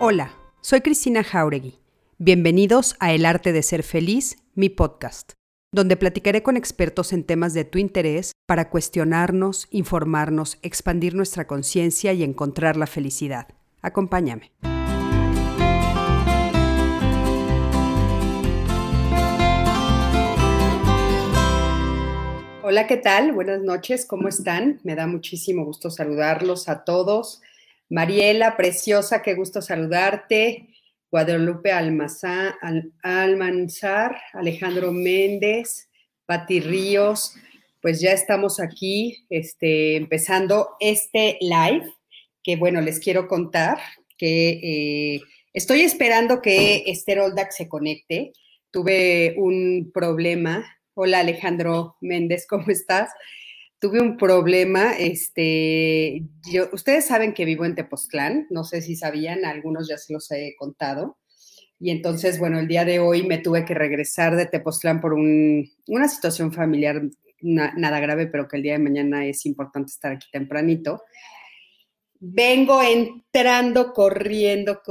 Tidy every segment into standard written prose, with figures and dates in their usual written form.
Hola, soy Cristina Jáuregui. Bienvenidos a El Arte de Ser Feliz, mi podcast, donde platicaré con expertos en temas de tu interés para cuestionarnos, informarnos, expandir nuestra conciencia y encontrar la felicidad. Acompáñame. Hola, ¿qué tal? Buenas noches, ¿cómo están? Me da muchísimo gusto saludarlos a todos. Mariela, preciosa, qué gusto saludarte. Guadalupe Almanzar, Alejandro Méndez, Pati Ríos. Pues ya estamos aquí empezando este live, que bueno, les quiero contar que estoy esperando que Esther Oldak se conecte. Tuve un problema. Hola Alejandro Méndez, ¿cómo estás? Tuve un problema, ustedes saben que vivo en Tepoztlán, no sé si sabían, algunos ya se los he contado, y entonces, bueno, el día de hoy me tuve que regresar de Tepoztlán por una situación familiar, nada grave, pero que el día de mañana es importante estar aquí tempranito. Vengo entrando corriendo.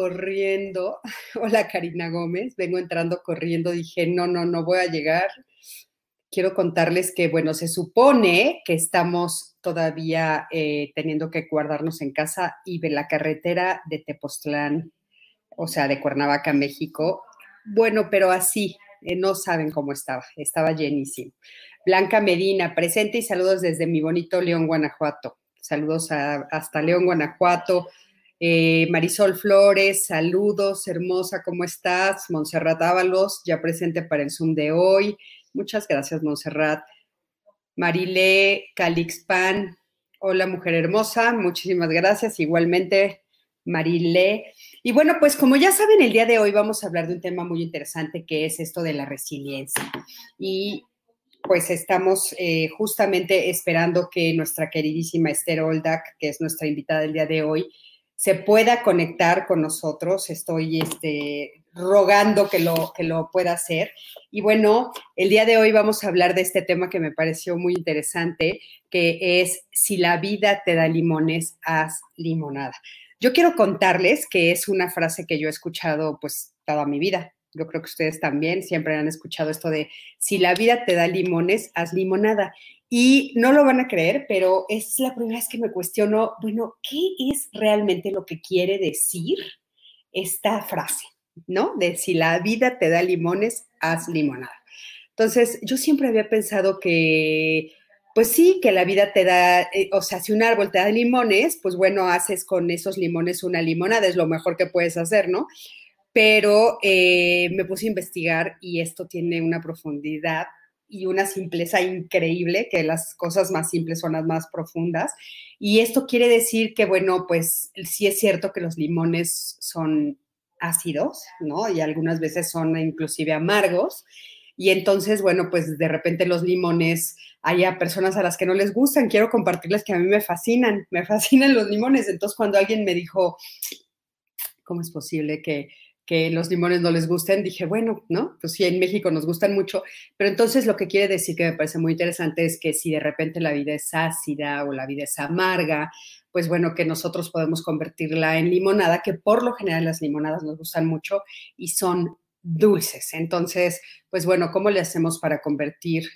Hola Karina Gómez, vengo entrando corriendo, dije, no voy a llegar. Quiero contarles que, bueno, se supone que estamos todavía teniendo que guardarnos en casa y de la carretera de Tepoztlán, o sea, de Cuernavaca, México. Bueno, pero así, no saben cómo estaba llenísimo. Blanca Medina, presente y saludos desde mi bonito León, Guanajuato. Saludos hasta León, Guanajuato. Marisol Flores, saludos, hermosa, ¿cómo estás? Montserrat Ábalos, ya presente para el Zoom de hoy. Muchas gracias, Montserrat. Marilé Calixpan, hola, mujer hermosa, muchísimas gracias. Igualmente, Marilé. Y bueno, pues como ya saben, el día de hoy vamos a hablar de un tema muy interesante que es esto de la resiliencia. Y pues estamos justamente esperando que nuestra queridísima Esther Oldak, que es nuestra invitada del día de hoy, se pueda conectar con nosotros. Estoy rogando que lo pueda hacer. Y bueno, el día de hoy vamos a hablar de este tema que me pareció muy interesante, que es si la vida te da limones, haz limonada. Yo quiero contarles que es una frase que yo he escuchado pues toda mi vida. Yo creo que ustedes también siempre han escuchado esto de si la vida te da limones, haz limonada. Y no lo van a creer, pero es la primera vez que me cuestiono, bueno, ¿qué es realmente lo que quiere decir esta frase? ¿No? De si la vida te da limones, haz limonada. Entonces, yo siempre había pensado que, pues sí, que la vida te da, o sea, si un árbol te da limones, pues bueno, haces con esos limones una limonada, es lo mejor que puedes hacer, ¿no? Pero me puse a investigar y esto tiene una profundidad y una simpleza increíble, que las cosas más simples son las más profundas. Y esto quiere decir que, bueno, pues sí es cierto que los limones son ácidos, ¿no? Y algunas veces son inclusive amargos. Y entonces, bueno, pues de repente los limones, hay a personas a las que no les gustan. Quiero compartirles que a mí me fascinan los limones. Entonces, cuando alguien me dijo, ¿cómo es posible que los limones no les gusten? Dije, bueno, ¿no? Pues sí, en México nos gustan mucho, pero entonces lo que quiere decir que me parece muy interesante es que si de repente la vida es ácida o la vida es amarga, pues bueno, que nosotros podemos convertirla en limonada, que por lo general las limonadas nos gustan mucho y son dulces. Entonces, pues bueno, ¿cómo le hacemos para convertir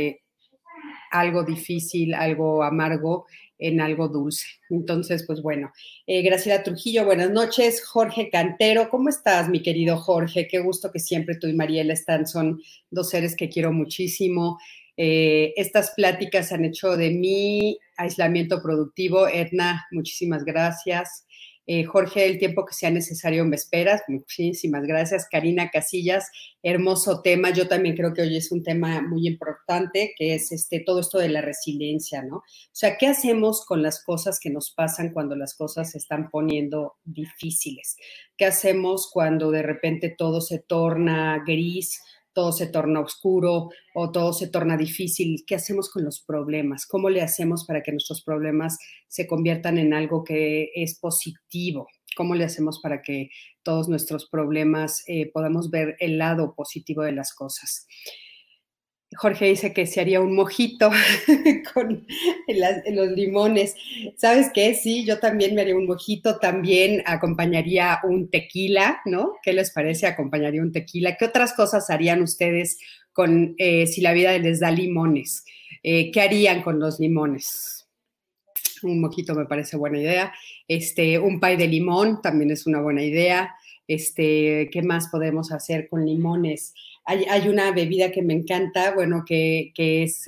algo difícil, algo amargo, en algo dulce? Entonces, pues bueno, Graciela Trujillo, buenas noches. Jorge Cantero, ¿cómo estás, mi querido Jorge? Qué gusto que siempre tú y Mariela están, son dos seres que quiero muchísimo. Estas pláticas han hecho de mi aislamiento productivo. Edna, muchísimas gracias. Jorge, el tiempo que sea necesario me esperas. Muchísimas gracias. Karina Casillas, hermoso tema. Yo también creo que hoy es un tema muy importante, que es todo esto de la resiliencia, ¿no? O sea, ¿qué hacemos con las cosas que nos pasan cuando las cosas se están poniendo difíciles? ¿Qué hacemos cuando de repente todo se torna gris, todo se torna oscuro o todo se torna difícil? ¿Qué hacemos con los problemas? ¿Cómo le hacemos para que nuestros problemas se conviertan en algo que es positivo? ¿Cómo le hacemos para que todos nuestros problemas podamos ver el lado positivo de las cosas? Jorge dice que se haría un mojito con los limones. ¿Sabes qué? Sí, yo también me haría un mojito, también acompañaría un tequila, ¿no? ¿Qué les parece? Acompañaría un tequila. ¿Qué otras cosas harían ustedes con si la vida les da limones? ¿Qué harían con los limones? Un mojito me parece buena idea. Un pay de limón también es una buena idea. ¿Qué más podemos hacer con limones? Hay una bebida que me encanta, bueno, que es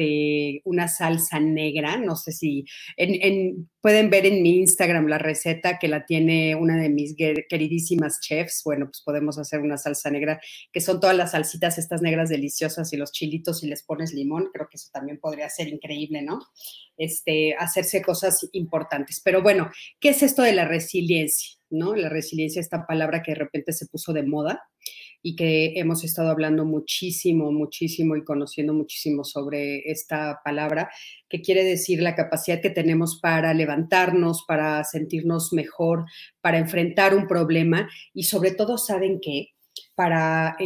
una salsa negra, no sé si pueden ver en mi Instagram la receta que la tiene una de mis queridísimas chefs, bueno, pues podemos hacer una salsa negra, que son todas las salsitas estas negras deliciosas y los chilitos y les pones limón, creo que eso también podría ser increíble, ¿no? Hacerse cosas importantes. Pero bueno, ¿qué es esto de la resiliencia? ¿No? La resiliencia, esta palabra que de repente se puso de moda y que hemos estado hablando muchísimo, muchísimo y conociendo muchísimo sobre esta palabra, que quiere decir la capacidad que tenemos para levantarnos, para sentirnos mejor, para enfrentar un problema y sobre todo, ¿saben qué? Para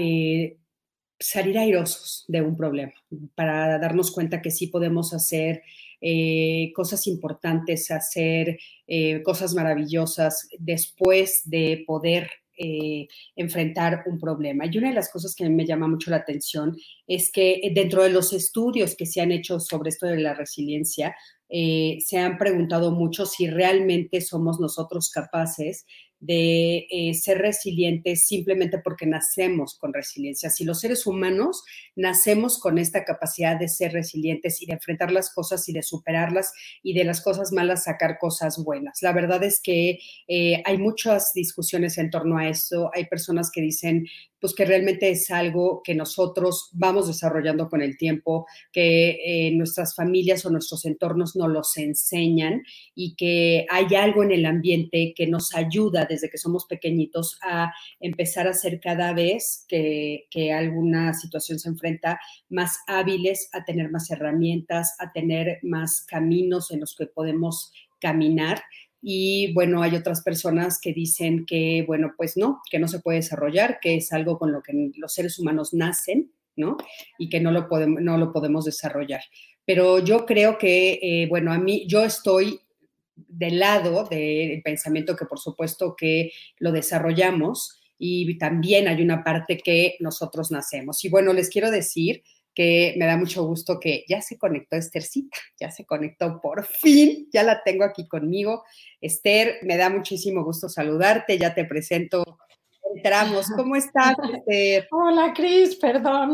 salir airosos de un problema, para darnos cuenta que sí podemos hacer cosas importantes, hacer cosas maravillosas después de poder enfrentar un problema. Y una de las cosas que a mí me llama mucho la atención es que dentro de los estudios que se han hecho sobre esto de la resiliencia, se han preguntado mucho si realmente somos nosotros capaces de ser resilientes simplemente porque nacemos con resiliencia. Si los seres humanos nacemos con esta capacidad de ser resilientes y de enfrentar las cosas y de superarlas y de las cosas malas sacar cosas buenas. La verdad es que hay muchas discusiones en torno a eso. Hay personas que dicen pues que realmente es algo que nosotros vamos desarrollando con el tiempo, que nuestras familias o nuestros entornos nos los enseñan y que hay algo en el ambiente que nos ayuda desde que somos pequeñitos a empezar a ser cada vez que alguna situación se enfrenta más hábiles, a tener más herramientas, a tener más caminos en los que podemos caminar. Y bueno, hay otras personas que dicen que, bueno, pues no, que no se puede desarrollar, que es algo con lo que los seres humanos nacen, ¿no? Y que no lo podemos desarrollar. Pero yo creo que, bueno, yo estoy del lado del pensamiento que por supuesto que lo desarrollamos y también hay una parte que nosotros nacemos. Y bueno, les quiero decir que me da mucho gusto que ya se conectó Esthercita, ya se conectó por fin, ya la tengo aquí conmigo. Esther, me da muchísimo gusto saludarte, ya te presento. Entramos. ¿Cómo estás, Esther? Hola, Cris, perdón.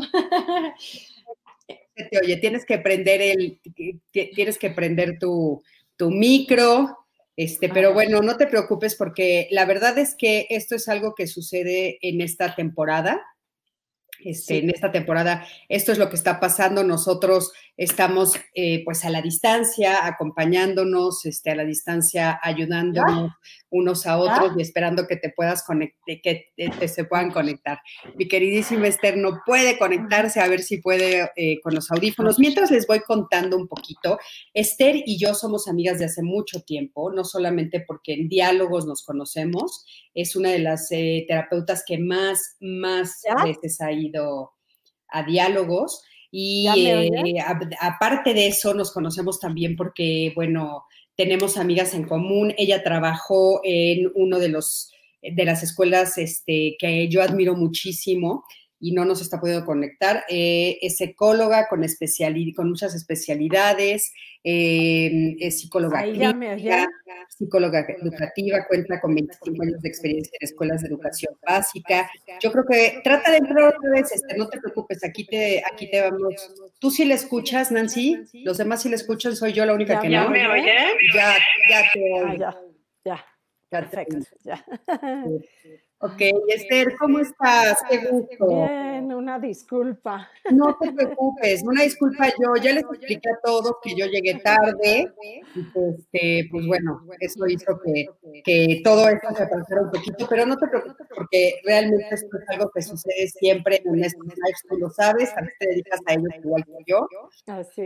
Oye, tienes que prender tu micro, pero bueno, no te preocupes porque la verdad es que esto es algo que sucede en esta temporada. Sí. En esta temporada, esto es lo que está pasando. Nosotros estamos pues a la distancia, acompañándonos, a la distancia, ayudándonos unos a otros y esperando que te puedas conectar, que se puedan conectar. Mi queridísima Esther no puede conectarse, a ver si puede con los audífonos. Mientras les voy contando un poquito, Esther y yo somos amigas de hace mucho tiempo, no solamente porque en diálogos nos conocemos, es una de las terapeutas que más veces ha ido a diálogos y aparte de eso nos conocemos también porque, bueno, tenemos amigas en común. Ella trabajó en uno de las escuelas que yo admiro muchísimo y no nos está pudiendo conectar. Es ecóloga con muchas especialidades, es psicóloga clínica, psicóloga educativa, cuenta con 25 años de experiencia en escuelas de educación básica. Yo creo que trata de entrar otra vez, no te preocupes, aquí te vamos. ¿Tú sí le escuchas, Nancy? ¿Los demás sí le escuchan? ¿Soy yo la única que no? ¿Ya me oye? Ya te oigo. Ya. Perfecto, ya. Ok, Esther, ¿cómo estás? Qué gusto. Bien, una disculpa. No te preocupes, una disculpa yo, ya les expliqué a todos que yo llegué tarde y pues bueno, eso hizo que todo esto se atrasara un poquito, pero no te preocupes porque realmente esto es algo que sucede siempre en estos lives, tú lo sabes, a veces te dedicas a ellos igual que yo. Así es.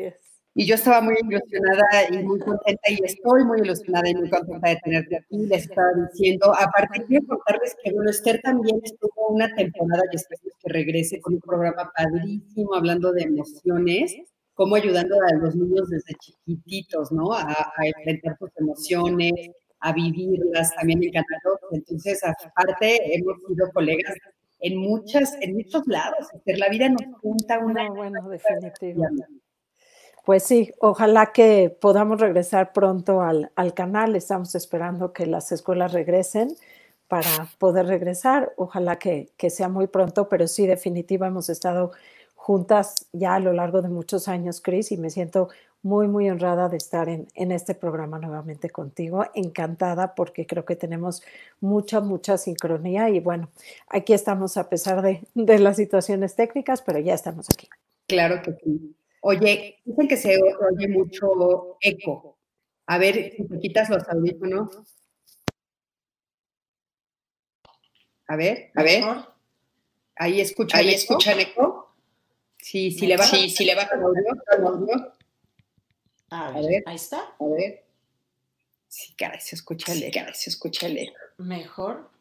Y yo estaba muy ilusionada y muy contenta y estoy muy ilusionada y muy contenta de tenerte aquí. Les estaba diciendo, aparte quiero contarles que, bueno, Esther también estuvo una temporada y esperemos que regrese con un programa padrísimo hablando de emociones, cómo ayudando a los niños desde chiquititos, ¿no? A enfrentar sus emociones, a vivirlas, también encantador. Entonces, aparte, hemos sido colegas en muchos lados. Esther, la vida nos junta una. No, bueno, definitivo. Pues sí, ojalá que podamos regresar pronto al canal. Estamos esperando que las escuelas regresen para poder regresar. Ojalá que sea muy pronto, pero sí, definitiva, hemos estado juntas ya a lo largo de muchos años, Cris, y me siento muy, muy honrada de estar en este programa nuevamente contigo. Encantada porque creo que tenemos mucha, mucha sincronía y bueno, aquí estamos a pesar de las situaciones técnicas, pero ya estamos aquí. Claro que sí. Oye, dicen que se oye mucho eco. A ver si te quitas los audífonos. A ver, ¿Mejor? ahí escuchan eco. ¿Escuchan eco? Sí, si le bajas le bajan el audio. A A ver, ahí está. a ver. Sí, caray, se escucha el eco. ¿Mejor?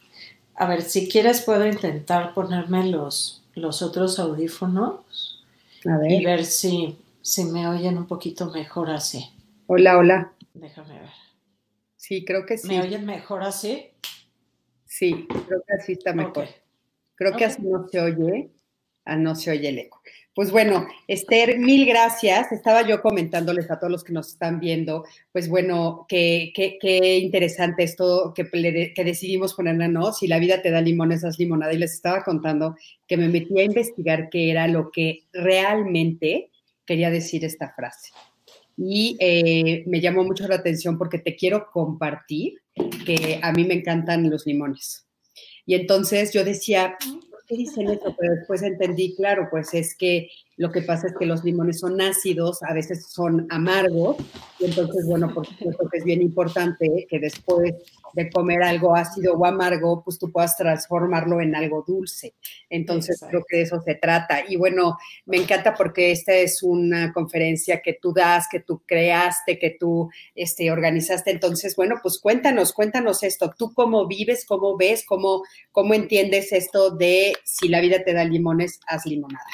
A ver, si quieres puedo intentar ponerme los otros audífonos A ver. y ver si me oyen un poquito mejor así. Hola, hola. Déjame ver. Sí, creo que sí. ¿Me oyen mejor así? Sí, creo que así está mejor. Okay. Creo que así no se oye, no se oye el eco. Pues bueno, Esther, mil gracias. Estaba yo comentándoles a todos los que nos están viendo, pues bueno, qué interesante esto que decidimos ponerle, ¿no? Si la vida te da limones, haz limonada. Y les estaba contando que me metí a investigar qué era lo que realmente quería decir esta frase. Y me llamó mucho la atención porque te quiero compartir que a mí me encantan los limones. Y entonces yo decía, ¿por qué dicen eso? Pero después entendí, claro, pues es que lo que pasa es que los limones son ácidos, a veces son amargos, y entonces, bueno, por supuesto que es bien importante que después de comer algo ácido o amargo, pues tú puedas transformarlo en algo dulce. Entonces, creo que de eso se trata. Y bueno, me encanta porque esta es una conferencia que tú das, que tú creaste, que tú organizaste. Entonces, bueno, pues cuéntanos esto. ¿Tú cómo vives, cómo ves, cómo entiendes esto de si la vida te da limones, haz limonada?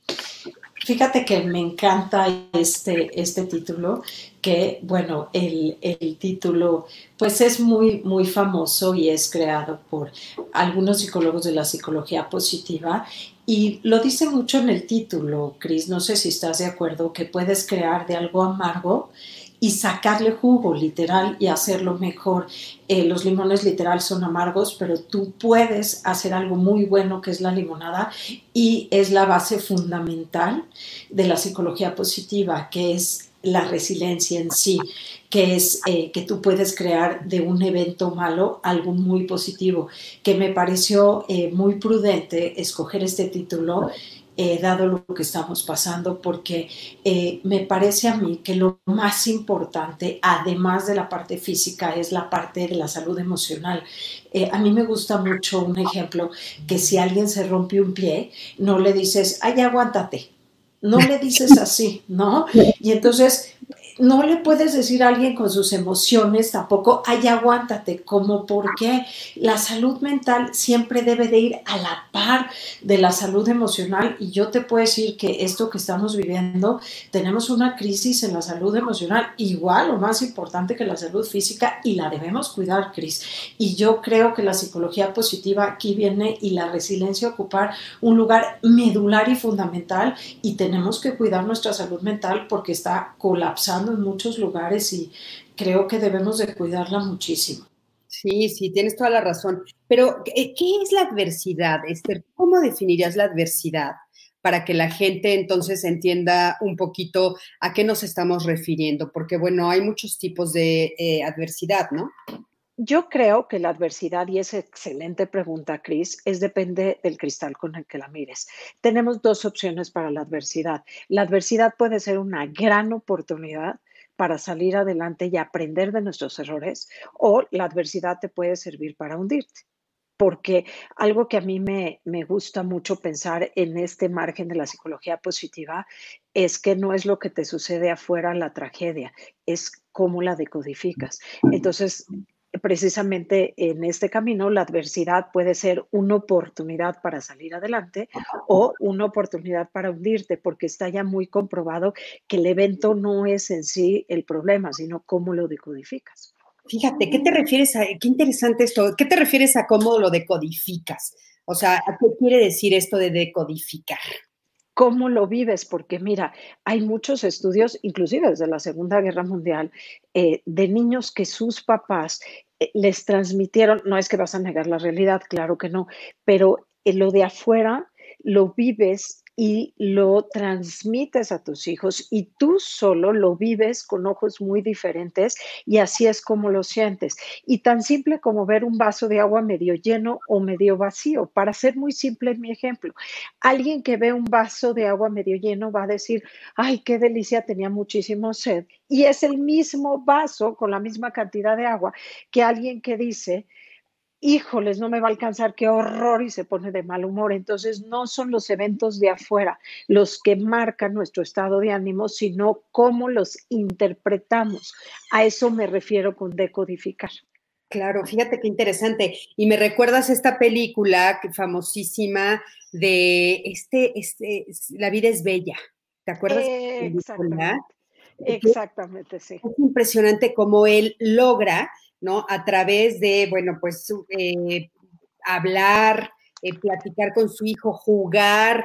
Fíjate que me encanta este título, que bueno, el título pues es muy, muy famoso y es creado por algunos psicólogos de la psicología positiva y lo dice mucho en el título, Cris, no sé si estás de acuerdo, que puedes crear de algo amargo y sacarle jugo literal y hacerlo mejor. Los limones literal son amargos, pero tú puedes hacer algo muy bueno que es la limonada y es la base fundamental de la psicología positiva, que es la resiliencia en sí, que es que tú puedes crear de un evento malo algo muy positivo, que me pareció muy prudente escoger este título dado lo que estamos pasando, porque me parece a mí que lo más importante, además de la parte física, es la parte de la salud emocional. A mí me gusta mucho un ejemplo, que si alguien se rompe un pie, no le dices, ay, aguántate. No le dices así, ¿no? Y entonces no le puedes decir a alguien con sus emociones tampoco, ay, aguántate, como porque la salud mental siempre debe de ir a la par de la salud emocional y yo te puedo decir que esto que estamos viviendo, tenemos una crisis en la salud emocional igual o más importante que la salud física y la debemos cuidar, Cris. Y yo creo que la psicología positiva aquí viene y la resiliencia a ocupar un lugar medular y fundamental y tenemos que cuidar nuestra salud mental porque está colapsando en muchos lugares y creo que debemos de cuidarla muchísimo. Sí, sí, tienes toda la razón. Pero, ¿qué es la adversidad, Esther? ¿Cómo definirías la adversidad para que la gente entonces entienda un poquito a qué nos estamos refiriendo? Porque, bueno, hay muchos tipos de adversidad, ¿no? Yo creo que la adversidad, y es excelente pregunta, Cris, depende del cristal con el que la mires. Tenemos dos opciones para la adversidad. La adversidad puede ser una gran oportunidad para salir adelante y aprender de nuestros errores, o la adversidad te puede servir para hundirte. porque algo que a mí me gusta mucho pensar en este margen de la psicología positiva es que no es lo que te sucede afuera la tragedia, es cómo la decodificas. Entonces, precisamente en este camino, la adversidad puede ser una oportunidad para salir adelante o una oportunidad para hundirte, porque está ya muy comprobado que el evento no es en sí el problema, sino cómo lo decodificas. Fíjate, ¿qué te refieres a, qué interesante esto, qué te refieres a cómo lo decodificas? O sea, ¿a qué quiere decir esto de decodificar? ¿Cómo lo vives? Porque mira, hay muchos estudios, inclusive desde la Segunda Guerra Mundial, de niños que sus papás les transmitieron, no es que vas a negar la realidad, claro que no, pero lo de afuera lo vives y lo transmites a tus hijos y tú solo lo vives con ojos muy diferentes y así es como lo sientes. Y tan simple como ver un vaso de agua medio lleno o medio vacío. Para ser muy simple en mi ejemplo, alguien que ve un vaso de agua medio lleno va a decir, ay, qué delicia, tenía muchísimo sed. Y es el mismo vaso con la misma cantidad de agua que alguien que dice, híjoles, no me va a alcanzar, qué horror, y se pone de mal humor. Entonces, no son los eventos de afuera los que marcan nuestro estado de ánimo, sino cómo los interpretamos. A eso me refiero con decodificar. Claro, fíjate qué interesante. Y me recuerdas esta película famosísima de La vida es bella. ¿Te acuerdas de la película? Exactamente, Que exactamente, sí. es impresionante cómo él logra, ¿no? A través de, bueno, pues hablar, platicar con su hijo, jugar,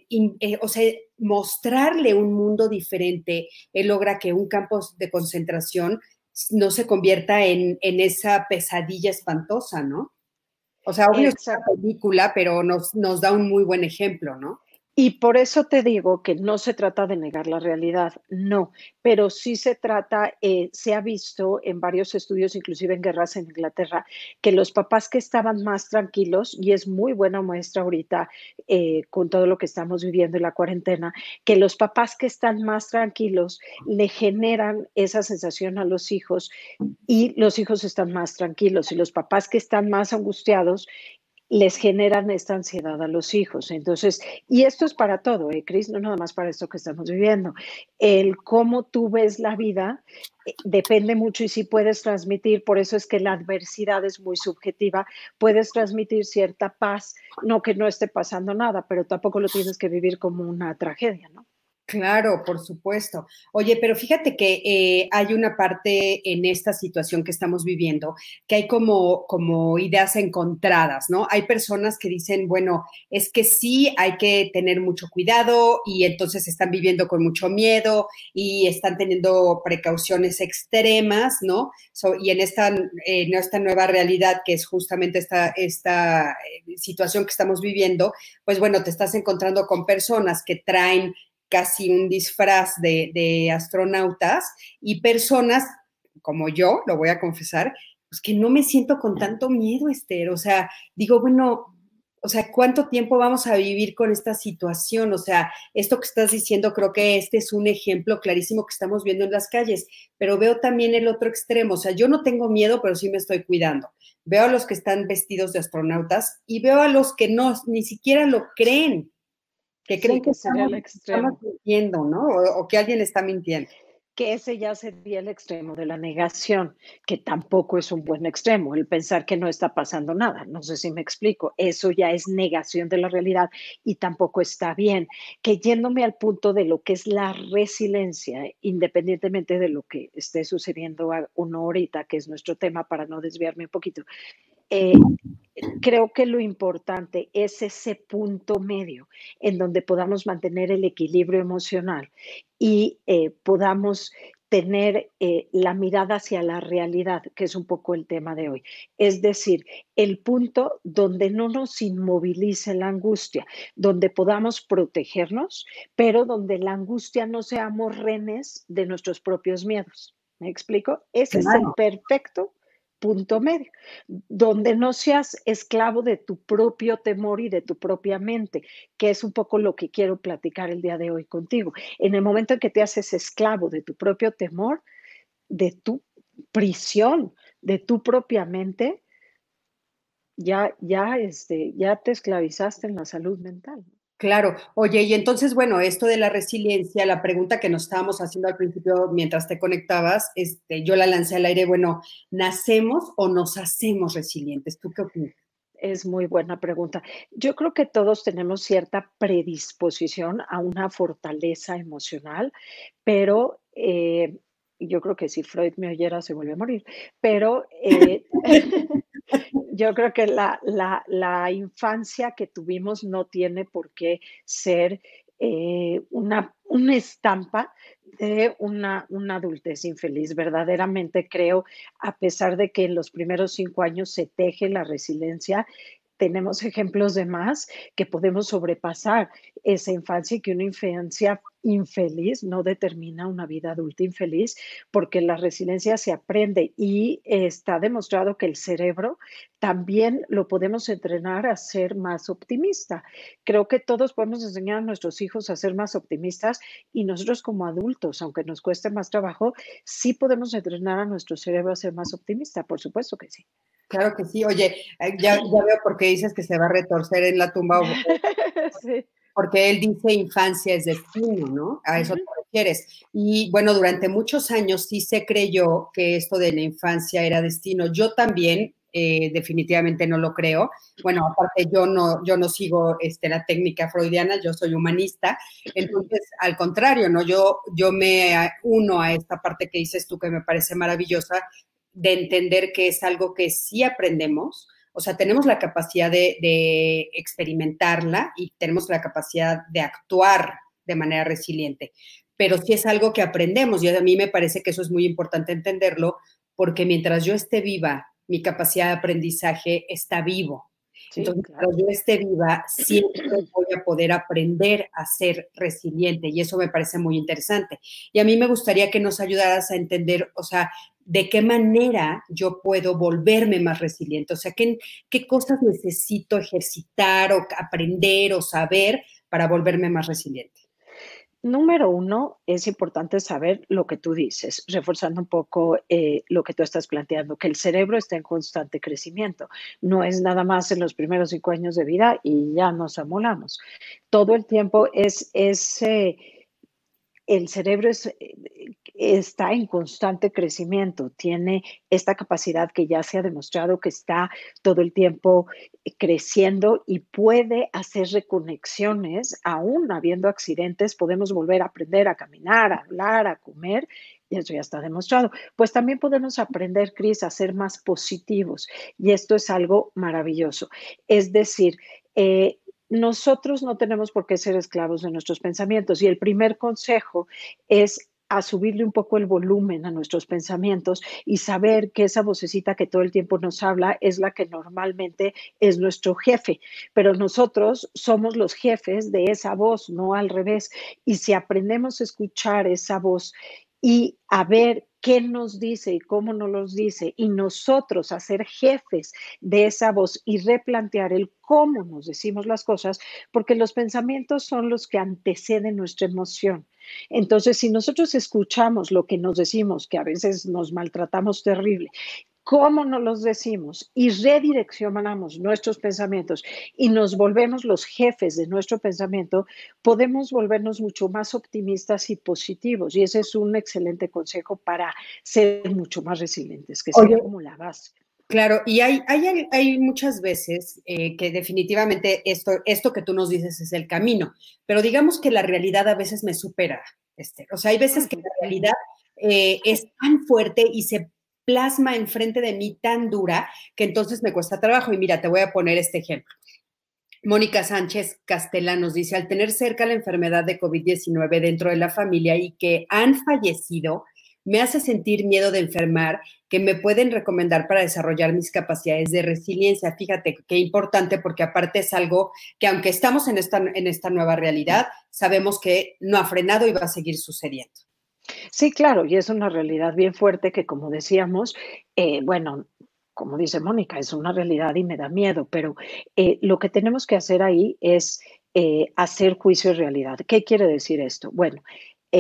o sea, mostrarle un mundo diferente. Él logra que un campo de concentración no se convierta en esa pesadilla espantosa, ¿no? O sea, obvio es Exacto. una película, pero nos da un muy buen ejemplo, ¿no? Y por eso te digo que no se trata de negar la realidad, no, pero sí se trata, se ha visto en varios estudios, inclusive en guerras en Inglaterra, que los papás que estaban más tranquilos, y es muy buena muestra ahorita con todo lo que estamos viviendo en la cuarentena, que los papás que están más tranquilos le generan esa sensación a los hijos y los hijos están más tranquilos y los papás que están más angustiados les generan esta ansiedad a los hijos. Entonces, y esto es para todo, Cris, no nada más para esto que estamos viviendo. El cómo tú ves la vida depende mucho y si puedes transmitir, por eso es que la adversidad es muy subjetiva, puedes transmitir cierta paz, no que no esté pasando nada, pero tampoco lo tienes que vivir como una tragedia, ¿no? Claro, por supuesto. Oye, pero fíjate que hay una parte en esta situación que estamos viviendo que hay como ideas encontradas, ¿no? Hay personas que dicen, bueno, es que sí, hay que tener mucho cuidado y entonces están viviendo con mucho miedo y están teniendo precauciones extremas, ¿no? Y en esta nueva realidad que es justamente esta situación que estamos viviendo, pues bueno, te estás encontrando con personas que traen casi un disfraz de astronautas y personas como yo, lo voy a confesar, pues que no me siento con tanto miedo, Esther. O sea, digo, bueno, o sea, ¿cuánto tiempo vamos a vivir con esta situación? O sea, esto que estás diciendo, creo que este es un ejemplo clarísimo que estamos viendo en las calles, pero veo también el otro extremo. O sea, yo no tengo miedo, pero sí me estoy cuidando. Veo a los que están vestidos de astronautas y veo a los que no, ni siquiera lo creen, que Sí, creen que que sería el estamos extremo. mintiendo, ¿no? O que alguien está mintiendo. Que ese ya sería el extremo de la negación, que tampoco es un buen extremo, el pensar que no está pasando nada. No sé si me explico. Eso ya es negación de la realidad y tampoco está bien. Que yéndome al punto de lo que es la resiliencia, independientemente de lo que esté sucediendo uno ahorita, que es nuestro tema, para no desviarme un poquito, eh, creo que lo importante es ese punto medio en donde podamos mantener el equilibrio emocional y podamos tener la mirada hacia la realidad, que es un poco el tema de hoy. Es decir, el punto donde no nos inmovilice la angustia, donde podamos protegernos, pero donde la angustia no seamos rehenes de nuestros propios miedos. ¿Me explico? Ese es el Claro. perfecto punto medio, donde no seas esclavo de tu propio temor y de tu propia mente, que es un poco lo que quiero platicar el día de hoy contigo. En el momento en que te haces esclavo de tu propio temor, de tu prisión, de tu propia mente, ya te esclavizaste en la salud mental. Claro. Oye, y entonces, bueno, esto de la resiliencia, la pregunta que nos estábamos haciendo al principio mientras te conectabas, yo la lancé al aire, bueno, ¿nacemos o nos hacemos resilientes? ¿Tú qué opinas? Es muy buena pregunta. Yo creo que todos tenemos cierta predisposición a una fortaleza emocional, pero yo creo que si Freud me oyera se vuelve a morir. Pero yo creo que la infancia que tuvimos no tiene por qué ser una estampa de una adultez infeliz. Verdaderamente creo, a pesar de que en los primeros 5 años se teje la resiliencia, tenemos ejemplos de más que podemos sobrepasar esa infancia y que una infancia infeliz no determina una vida adulta infeliz, porque la resiliencia se aprende y está demostrado que el cerebro también lo podemos entrenar a ser más optimista. Creo que todos podemos enseñar a nuestros hijos a ser más optimistas y nosotros como adultos, aunque nos cueste más trabajo, sí podemos entrenar a nuestro cerebro a ser más optimista, por supuesto que sí. Claro que sí. Oye, ya veo por qué dices que se va a retorcer en la tumba, Sí. porque él dice infancia es destino, ¿no? A eso te refieres. Y bueno, durante muchos años sí se creyó que esto de la infancia era destino. Yo también definitivamente no lo creo. Bueno, aparte yo no sigo la técnica freudiana, yo soy humanista. Entonces, al contrario, ¿no? Yo me uno a esta parte que dices tú que me parece maravillosa, de entender que es algo que sí aprendemos, o sea, tenemos la capacidad de experimentarla y tenemos la capacidad de actuar de manera resiliente, pero sí es algo que aprendemos y a mí me parece que eso es muy importante entenderlo porque mientras yo esté viva, mi capacidad de aprendizaje está vivo. Sí, Entonces, claro. cuando yo esté viva, siempre voy a poder aprender a ser resiliente y eso me parece muy interesante. Y a mí me gustaría que nos ayudaras a entender, o sea, de qué manera yo puedo volverme más resiliente, o sea, qué cosas necesito ejercitar o aprender o saber para volverme más resiliente. Número uno, es importante saber lo que tú dices, reforzando un poco lo que tú estás planteando, que el cerebro está en constante crecimiento. No es nada más en los primeros 5 años de vida y ya nos amolamos. Todo el tiempo el cerebro está en constante crecimiento, tiene esta capacidad que ya se ha demostrado que está todo el tiempo creciendo y puede hacer reconexiones, aún habiendo accidentes, podemos volver a aprender a caminar, a hablar, a comer, y eso ya está demostrado. Pues también podemos aprender, Cris, a ser más positivos, y esto es algo maravilloso. Es decir, nosotros no tenemos por qué ser esclavos de nuestros pensamientos y el primer consejo es a subirle un poco el volumen a nuestros pensamientos y saber que esa vocecita que todo el tiempo nos habla es la que normalmente es nuestro jefe, pero nosotros somos los jefes de esa voz, no al revés. Y si aprendemos a escuchar esa voz y a ver qué nos dice y cómo nos los dice, y nosotros a ser jefes de esa voz y replantear el cómo nos decimos las cosas, porque los pensamientos son los que anteceden nuestra emoción. Entonces, si nosotros escuchamos lo que nos decimos, que a veces nos maltratamos terrible, cómo nos los decimos y redireccionamos nuestros pensamientos y nos volvemos los jefes de nuestro pensamiento, podemos volvernos mucho más optimistas y positivos. Y ese es un excelente consejo para ser mucho más resilientes, que Oye, sea como la base. claro, y hay muchas veces que definitivamente esto que tú nos dices es el camino, pero digamos que la realidad a veces me supera, Esther. O sea, hay veces que la realidad es tan fuerte y se plasma enfrente de mí tan dura que entonces me cuesta trabajo. Y mira, te voy a poner este ejemplo. Mónica Sánchez Castela nos dice, al tener cerca la enfermedad de COVID-19 dentro de la familia y que han fallecido, me hace sentir miedo de enfermar, que me pueden recomendar para desarrollar mis capacidades de resiliencia. Fíjate qué importante, porque aparte es algo que aunque estamos en esta nueva realidad, sabemos que no ha frenado y va a seguir sucediendo. Sí, claro, y es una realidad bien fuerte que, como decíamos, bueno, como dice Mónica, es una realidad y me da miedo, pero lo que tenemos que hacer ahí es hacer juicio de realidad. ¿Qué quiere decir esto? Bueno,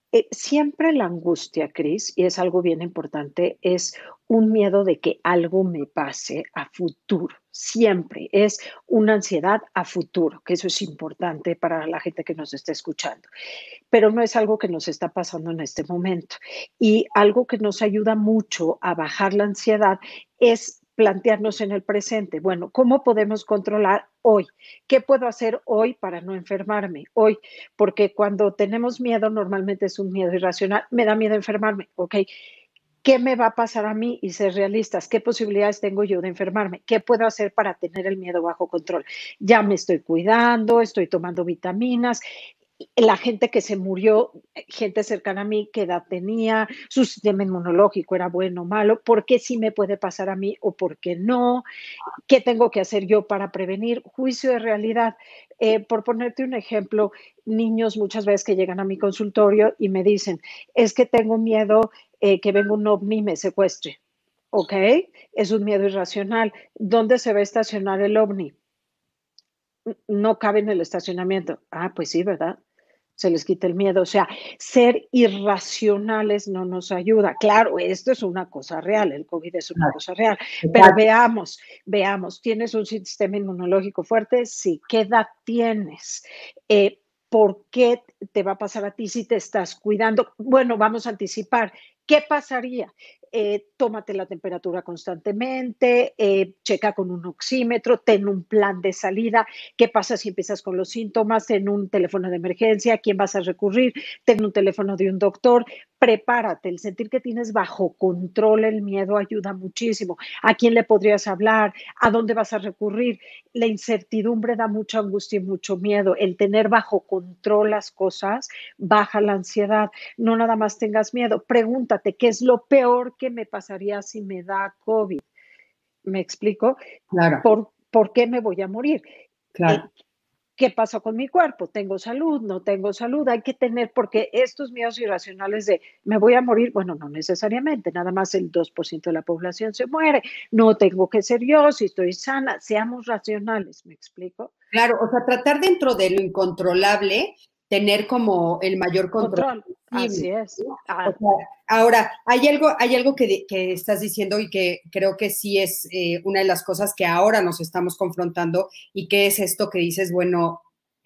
Siempre la angustia, Cris, y es algo bien importante, es un miedo de que algo me pase a futuro. Siempre es una ansiedad a futuro, que eso es importante para la gente que nos está escuchando, pero no es algo que nos está pasando en este momento. Y algo que nos ayuda mucho a bajar la ansiedad es plantearnos en el presente, bueno, ¿cómo podemos controlar hoy? ¿Qué puedo hacer hoy para no enfermarme? Hoy, porque cuando tenemos miedo, normalmente es un miedo irracional, me da miedo enfermarme, ¿ok? ¿Qué me va a pasar a mí? Y ser realistas, ¿qué posibilidades tengo yo de enfermarme? ¿Qué puedo hacer para tener el miedo bajo control? Ya me estoy cuidando, estoy tomando vitaminas. La gente que se murió, gente cercana a mí, ¿qué edad tenía? Su sistema inmunológico era bueno o malo, ¿por qué sí me puede pasar a mí o por qué no? ¿Qué tengo que hacer yo para prevenir? Juicio de realidad. Por ponerte un ejemplo, niños muchas veces que llegan a mi consultorio y me dicen, es que tengo miedo que venga un ovni y me secuestre. ¿Ok? Es un miedo irracional. ¿Dónde se va a estacionar el ovni? No cabe en el estacionamiento. Ah, pues sí, ¿verdad? Se les quita el miedo. O sea, ser irracionales no nos ayuda. Claro, esto es una cosa real, el COVID es una cosa real, pero Exacto. veamos, ¿tienes un sistema inmunológico fuerte? Sí. ¿Qué edad tienes? ¿Por qué te va a pasar a ti si te estás cuidando? Bueno, vamos a anticipar. ¿Qué pasaría? Tómate la temperatura constantemente, checa con un oxímetro, ten un plan de salida. ¿Qué pasa si empiezas con los síntomas? Ten un teléfono de emergencia, ¿a quién vas a recurrir? Ten un teléfono de un doctor. Prepárate, el sentir que tienes bajo control el miedo ayuda muchísimo. ¿A quién le podrías hablar? ¿A dónde vas a recurrir? La incertidumbre da mucha angustia y mucho miedo. El tener bajo control las cosas baja la ansiedad. No nada más tengas miedo. Pregúntate, ¿qué es lo peor que me pasaría si me da COVID? ¿Me explico? Claro, ¿Por qué me voy a morir? claro. Eh, ¿Qué pasó con mi cuerpo? ¿Tengo salud? ¿No tengo salud? Hay que tener, porque estos miedos irracionales de me voy a morir, bueno, no necesariamente, nada más el 2% de la población se muere, no tengo que ser yo, si estoy sana, seamos racionales, ¿me explico? Claro, o sea, tratar dentro de lo incontrolable, tener como el mayor control Control, posible, así es. ¿no? O sea, ahora, hay algo que estás diciendo y que creo que sí es una de las cosas que ahora nos estamos confrontando y que es esto que dices, bueno,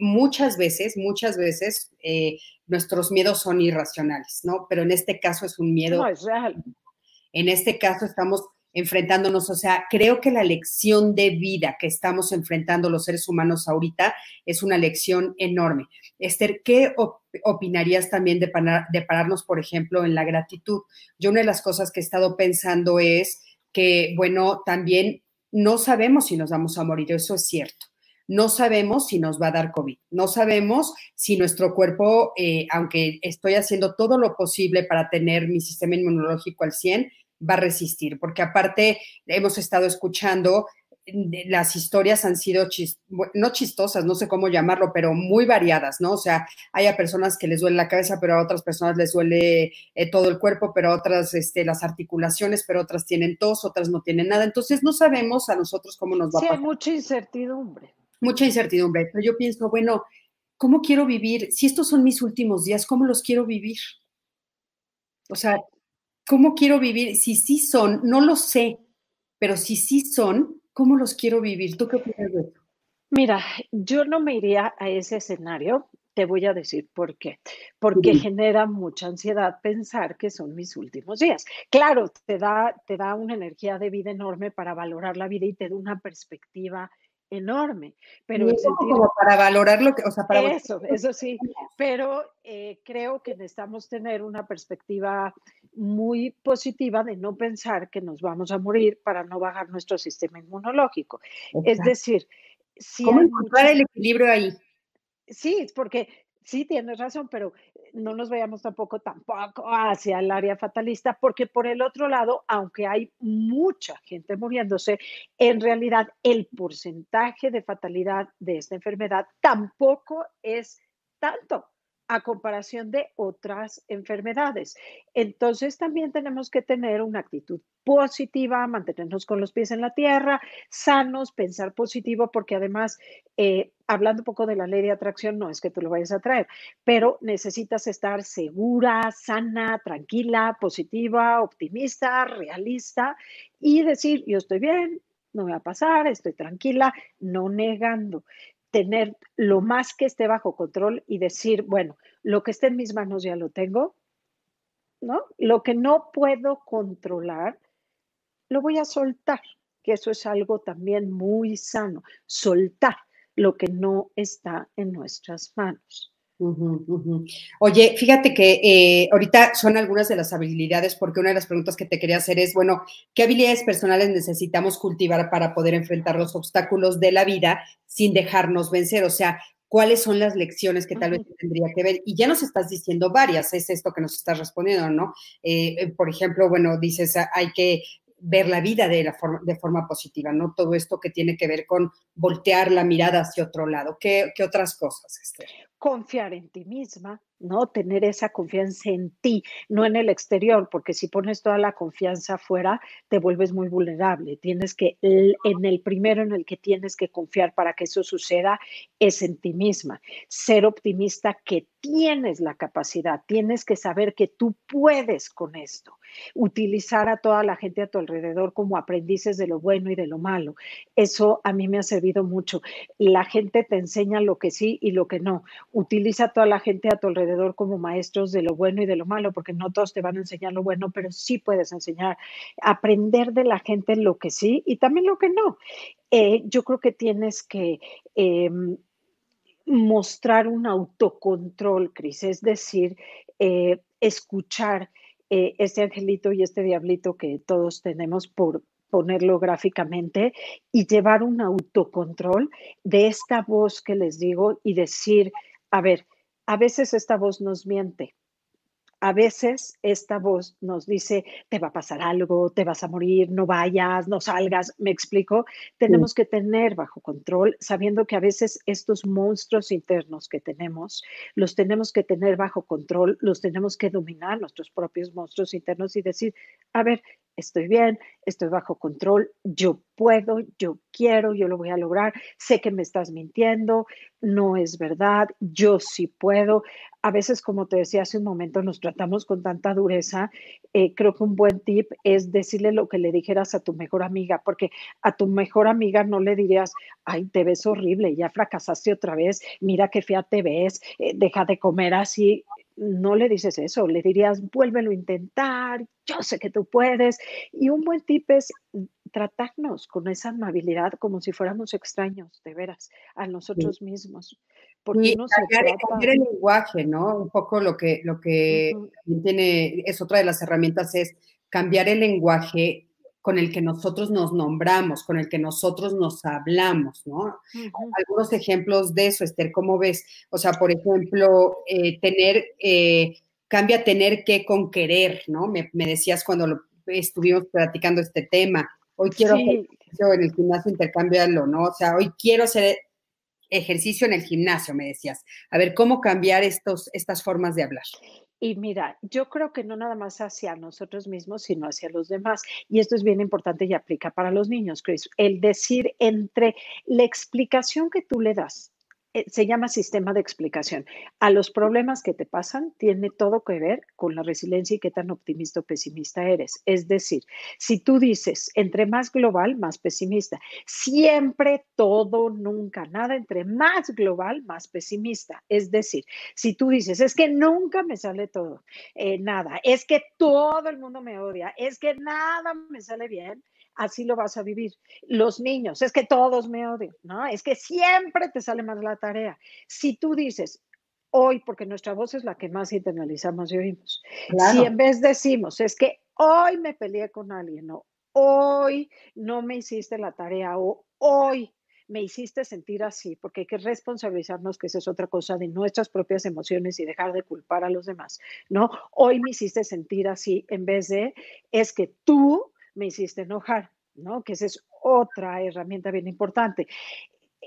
muchas veces nuestros miedos son irracionales, ¿no? Pero en este caso es un No, miedo. es real. En este caso estamos enfrentándonos, o sea, creo que la lección de vida que estamos enfrentando los seres humanos ahorita es una lección enorme. Esther, ¿qué opinarías también de pararnos, por ejemplo, en la gratitud? Yo una de las cosas que he estado pensando es que, bueno, también no sabemos si nos vamos a morir, eso es cierto. No sabemos si nos va a dar COVID, no sabemos si nuestro cuerpo, aunque estoy haciendo todo lo posible para tener mi sistema inmunológico al 100, va a resistir, porque aparte hemos estado escuchando, las historias han sido no chistosas, no sé cómo llamarlo, pero muy variadas, ¿no? O sea, hay a personas que les duele la cabeza, pero a otras personas les duele todo el cuerpo, pero a otras las articulaciones, pero otras tienen tos, otras no tienen nada. Entonces no sabemos a nosotros cómo nos va a Sí, hay pasar. mucha incertidumbre. Mucha incertidumbre, pero yo pienso, bueno, ¿cómo quiero vivir? Si estos son mis últimos días, ¿cómo los quiero vivir? O sea, ¿cómo quiero vivir? Si sí son, no lo sé, pero si sí son, ¿cómo los quiero vivir? ¿Tú qué opinas de eso? Mira, yo no me iría a ese escenario, te voy a decir por qué. Porque genera mucha ansiedad pensar que son mis últimos días. Claro, te da una energía de vida enorme para valorar la vida y te da una perspectiva enorme, pero Y el un poco sentir como para valorar lo que, o sea, para valorar lo que eso sí, tenemos. pero creo que necesitamos tener una perspectiva muy positiva de no pensar que nos vamos a morir para no bajar nuestro sistema inmunológico. Es Exacto. decir, sí ¿Cómo hay encontrar mucha. el equilibrio ahí? Sí, es porque sí tienes razón, pero no nos vayamos tampoco hacia el área fatalista, porque por el otro lado, aunque hay mucha gente muriéndose, en realidad el porcentaje de fatalidad de esta enfermedad tampoco es tanto. a comparación de otras enfermedades. Entonces también tenemos que tener una actitud positiva, mantenernos con los pies en la tierra, sanos, pensar positivo, porque además, hablando un poco de la ley de atracción, no es que tú lo vayas a traer, pero necesitas estar segura, sana, tranquila, positiva, optimista, realista y decir, yo estoy bien, no me va a pasar, estoy tranquila, no negando. Tener lo más que esté bajo control y decir, bueno, lo que esté en mis manos ya lo tengo, ¿no? Lo que no puedo controlar, lo voy a soltar, que eso es algo también muy sano, soltar lo que no está en nuestras manos. Ujú, ujú. Oye, fíjate que ahorita son algunas de las habilidades, porque una de las preguntas que te quería hacer es, bueno, ¿qué habilidades personales necesitamos cultivar para poder enfrentar los obstáculos de la vida sin dejarnos vencer? O sea, ¿cuáles son las lecciones que tal vez tendría que ver? Y ya nos estás diciendo varias, es esto que nos estás respondiendo, ¿no? Por ejemplo, bueno, dices, hay que ver la vida de forma positiva, ¿no? Todo esto que tiene que ver con voltear la mirada hacia otro lado. ¿Qué otras cosas, Esther? Confiar en ti misma, ¿no? Tener esa confianza en ti, no en el exterior, porque si pones toda la confianza afuera, te vuelves muy vulnerable. Tienes que, en el primero en el que tienes que confiar para que eso suceda es en ti misma. Ser optimista que tienes la capacidad, tienes que saber que tú puedes con esto. Utilizar a toda la gente a tu alrededor como aprendices de lo bueno y de lo malo. Eso a mí me ha servido mucho. La gente te enseña lo que sí y lo que no. Utiliza a toda la gente a tu alrededor como maestros de lo bueno y de lo malo, porque no todos te van a enseñar lo bueno, pero sí puedes enseñar, aprender de la gente lo que sí y también lo que no. Yo creo que tienes que mostrar un autocontrol, Cris, es decir, escuchar este angelito y este diablito que todos tenemos por ponerlo gráficamente y llevar un autocontrol de esta voz que les digo y decir, a ver, a veces esta voz nos miente, a veces esta voz nos dice, te va a pasar algo, te vas a morir, no vayas, no salgas, ¿me explico? Sí. Tenemos que tener bajo control, sabiendo que a veces estos monstruos internos que tenemos, los tenemos que tener bajo control, los tenemos que dominar, nuestros propios monstruos internos y decir, a ver, estoy bien, estoy bajo control, yo puedo, yo quiero, yo lo voy a lograr, sé que me estás mintiendo, no es verdad, yo sí puedo. A veces, como te decía hace un momento, nos tratamos con tanta dureza. Creo que un buen tip es decirle lo que le dijeras a tu mejor amiga, porque a tu mejor amiga no le dirías, ay, te ves horrible, ya fracasaste otra vez, mira qué fea te ves, deja de comer así. No le dices eso, le dirías, vuélvelo a intentar, yo sé que tú puedes. Y un buen tip es tratarnos con esa amabilidad como si fuéramos extraños, de veras, a Sí. nosotros mismos, porque Y uno se cambiar trata. el lenguaje, ¿no? Un poco lo que Ujú. también tiene, es otra de las herramientas, es cambiar el lenguaje con el que nosotros nos nombramos, con el que nosotros nos hablamos, ¿no? Ujú. Algunos ejemplos de eso, Esther, ¿cómo ves? O sea, por ejemplo, cambia tener que con querer, ¿no? Me decías cuando estuvimos platicando este tema, hoy quiero hacer Sí, ejercicio en el gimnasio, intercambiarlo, ¿no? O sea, hoy quiero hacer ejercicio en el gimnasio, me decías. A ver, ¿cómo cambiar estas formas de hablar? y mira, yo creo que no nada más hacia nosotros mismos, sino hacia los demás. Y esto es bien importante y aplica para los niños, Chris. El decir entre la explicación que tú le das, se llama sistema de explicación. A los problemas que te pasan tiene todo que ver con la resiliencia y qué tan optimista o pesimista eres. Es decir, si tú dices, entre más global, más pesimista. Siempre, todo, nunca, nada, entre más global, más pesimista. Es decir, si tú dices, es que nunca me sale todo, nada, es que todo el mundo me odia, es que nada me sale bien, así lo vas a vivir. Los niños, es que todos me odian, ¿no? Es que siempre te sale mal la tarea. Si tú dices, hoy, porque nuestra voz es la que más internalizamos y oímos, si Claro. en vez decimos, es que hoy me peleé con alguien, o hoy no me hiciste la tarea, o hoy me hiciste sentir así, porque hay que responsabilizarnos, que esa es otra cosa de nuestras propias emociones y dejar de culpar a los demás, ¿no? Hoy me hiciste sentir así, en vez de, es que tú me hiciste enojar, ¿no? Que esa es otra herramienta bien importante.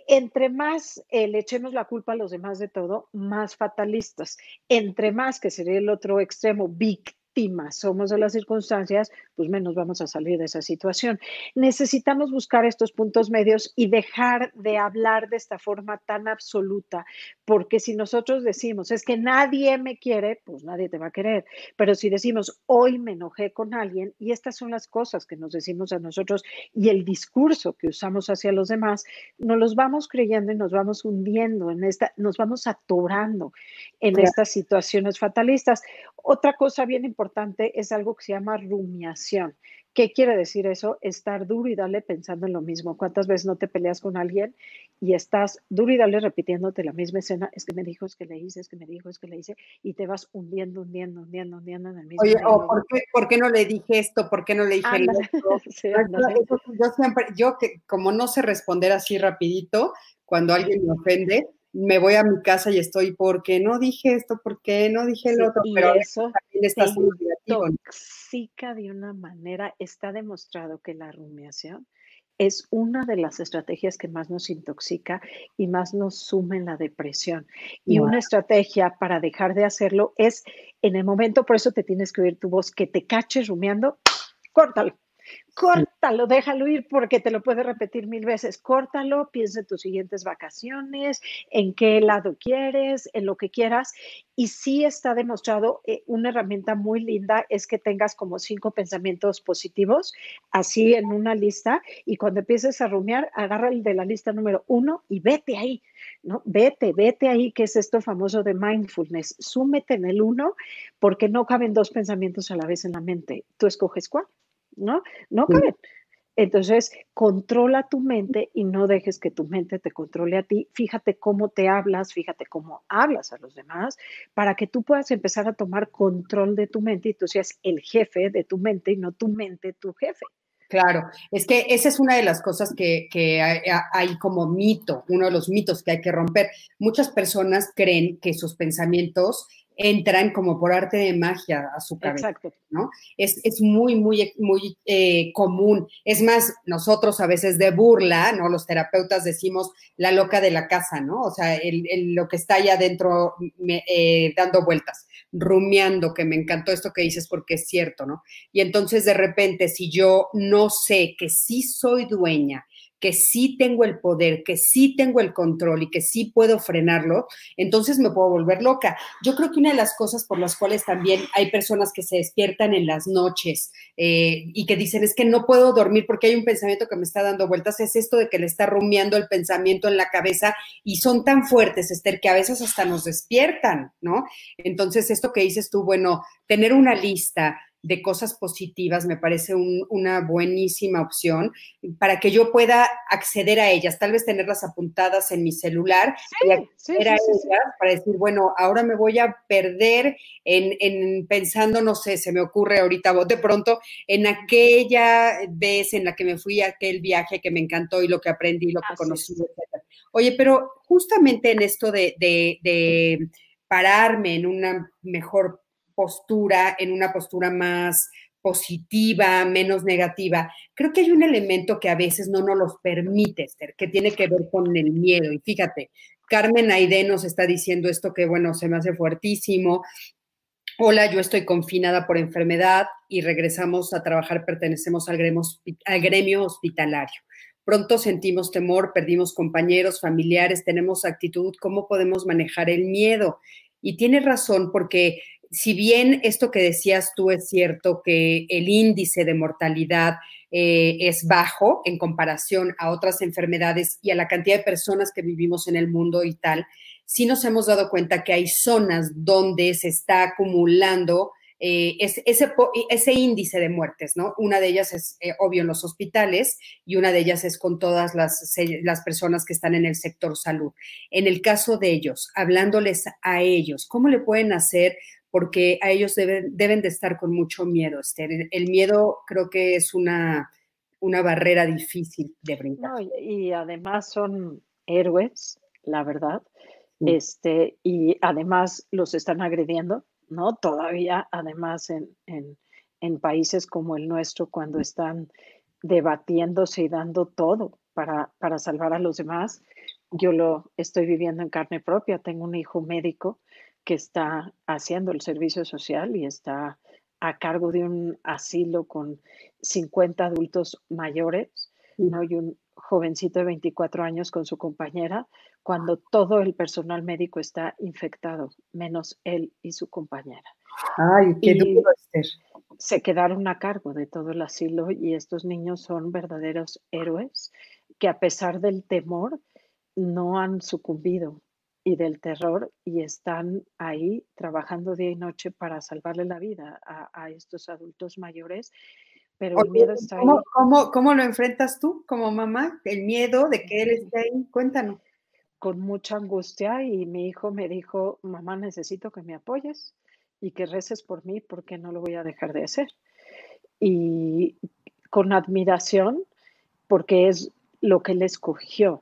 Entre más le echemos la culpa a los demás de todo, más fatalistas. Entre más, que sería el otro extremo, víctimas somos de las circunstancias, pues menos vamos a salir de esa situación. Necesitamos buscar estos puntos medios y dejar de hablar de esta forma tan absoluta, porque si nosotros decimos, es que nadie me quiere, pues nadie te va a querer. Pero si decimos, hoy me enojé con alguien, y estas son las cosas que nos decimos a nosotros y el discurso que usamos hacia los demás, nos los vamos creyendo y nos vamos hundiendo en nos vamos atorando en Claro. estas situaciones fatalistas. Otra cosa bien importante es algo que se llama rumiación. ¿Qué quiere decir eso? Estar duro y dale pensando en lo mismo. ¿Cuántas veces no te peleas con alguien y estás duro y dale repitiéndote la misma escena? Es que me dijo, es que le hice, es que me dijo, es que le hice, y te vas hundiendo, hundiendo, hundiendo, hundiendo en el Oye, mismo o diálogo. ¿por qué no le dije esto? ¿Por qué no le dije el Ándale, otro? sí, No, ándale. yo siempre, yo que como no sé responder así rapidito, cuando alguien me ofende, me voy a mi casa y estoy, ¿por qué no dije esto? ¿Por qué no dije el Sí, otro? Pero y a veces eso también está te siendo negativo, ¿no? intoxica de una manera. Está demostrado que la rumiación es una de las estrategias que más nos intoxica y más nos suma en la depresión. Y Guau. una estrategia para dejar de hacerlo es en el momento, por eso te tienes que oír tu voz, que te caches rumiando, córtalo. Sí, Córtalo, déjalo ir porque te lo puedes repetir 1000 veces. Córtalo, piensa en tus siguientes vacaciones, en qué lado quieres, en lo que quieras. Y sí está demostrado, una herramienta muy linda es que tengas como 5 pensamientos positivos, así en una lista, y cuando empieces a rumiar, agarra el de la lista número 1 y vete ahí, ¿no? Vete ahí, que es esto famoso de mindfulness. Súmete en el uno porque no caben 2 pensamientos a la vez en la mente. Tú escoges cuál. ¿No? No sí. caben. Entonces, controla tu mente y no dejes que tu mente te controle a ti. Fíjate cómo te hablas, fíjate cómo hablas a los demás, para que tú puedas empezar a tomar control de tu mente y tú seas el jefe de tu mente y no tu mente tu jefe. Claro, es que esa es una de las cosas que hay como mito, uno de los mitos que hay que romper. Muchas personas creen que sus pensamientos entran como por arte de magia a su cabeza, Exacto. ¿no? Es muy común. Es más, nosotros a veces de burla, ¿no? Los terapeutas decimos la loca de la casa, ¿no? O sea, lo que está allá adentro dando vueltas, rumiando, que me encantó esto que dices porque es cierto, ¿no? Y entonces de repente, si yo no sé que sí soy dueña, que sí tengo el poder, que sí tengo el control y que sí puedo frenarlo, entonces me puedo volver loca. Yo creo que una de las cosas por las cuales también hay personas que se despiertan en las noches y que dicen es que no puedo dormir porque hay un pensamiento que me está dando vueltas, es esto de que le está rumiando el pensamiento en la cabeza y son tan fuertes, Esther, que a veces hasta nos despiertan, ¿no? Entonces, esto que dices tú, bueno, tener una lista de cosas positivas me parece una buenísima opción para que yo pueda acceder a ellas, tal vez tenerlas apuntadas en mi celular y Sí, sí, acceder a sí, sí, sí. ellas para decir, bueno, ahora me voy a perder en pensando, no sé, se me ocurre ahorita de pronto, en aquella vez en la que me fui a aquel viaje que me encantó y lo que aprendí, lo que Así conocí, es. etc. Oye, pero justamente en esto de pararme en una mejor postura, en una postura más positiva, menos negativa. Creo que hay un elemento que a veces no nos los permite, Esther, que tiene que ver con el miedo. Y fíjate, Carmen Aide nos está diciendo esto que, bueno, se me hace fuertísimo. Hola, yo estoy confinada por enfermedad y regresamos a trabajar, pertenecemos al gremio hospitalario. Pronto sentimos temor, perdimos compañeros, familiares, tenemos actitud, ¿cómo podemos manejar el miedo? Y tienes razón, porque si bien esto que decías tú es cierto, que el índice de mortalidad es bajo en comparación a otras enfermedades y a la cantidad de personas que vivimos en el mundo y tal, sí nos hemos dado cuenta que hay zonas donde se está acumulando ese índice de muertes, ¿no? Una de ellas es, obvio, en los hospitales y una de ellas es con todas las personas que están en el sector salud. En el caso de ellos, hablándoles a ellos, ¿cómo le pueden hacer? Porque a ellos deben de estar con mucho miedo, Esther. El miedo creo que es una barrera difícil de brincar. No, y además son héroes, la verdad. Sí. Y además los están agrediendo, ¿no? Todavía, además, en países como el nuestro, cuando están debatiéndose y dando todo para salvar a los demás, yo lo estoy viviendo en carne propia. Tengo un hijo médico que está haciendo el servicio social y está a cargo de un asilo con 50 adultos mayores, ¿no? Y un jovencito de 24 años con su compañera, cuando todo el personal médico está infectado, menos él y su compañera. Ay, qué Y duro, Esther. se quedaron a cargo de todo el asilo y estos niños son verdaderos héroes que a pesar del temor no han sucumbido y del terror y están ahí trabajando día y noche para salvarle la vida a estos adultos mayores, pero el Oye, miedo está ¿cómo, ahí. cómo, cómo lo enfrentas tú como mamá? El miedo de que él esté ahí. Cuéntanos. Con mucha angustia y mi hijo me dijo, mamá, necesito que me apoyes y que reces por mí porque no lo voy a dejar de hacer. Y con admiración, porque es lo que él escogió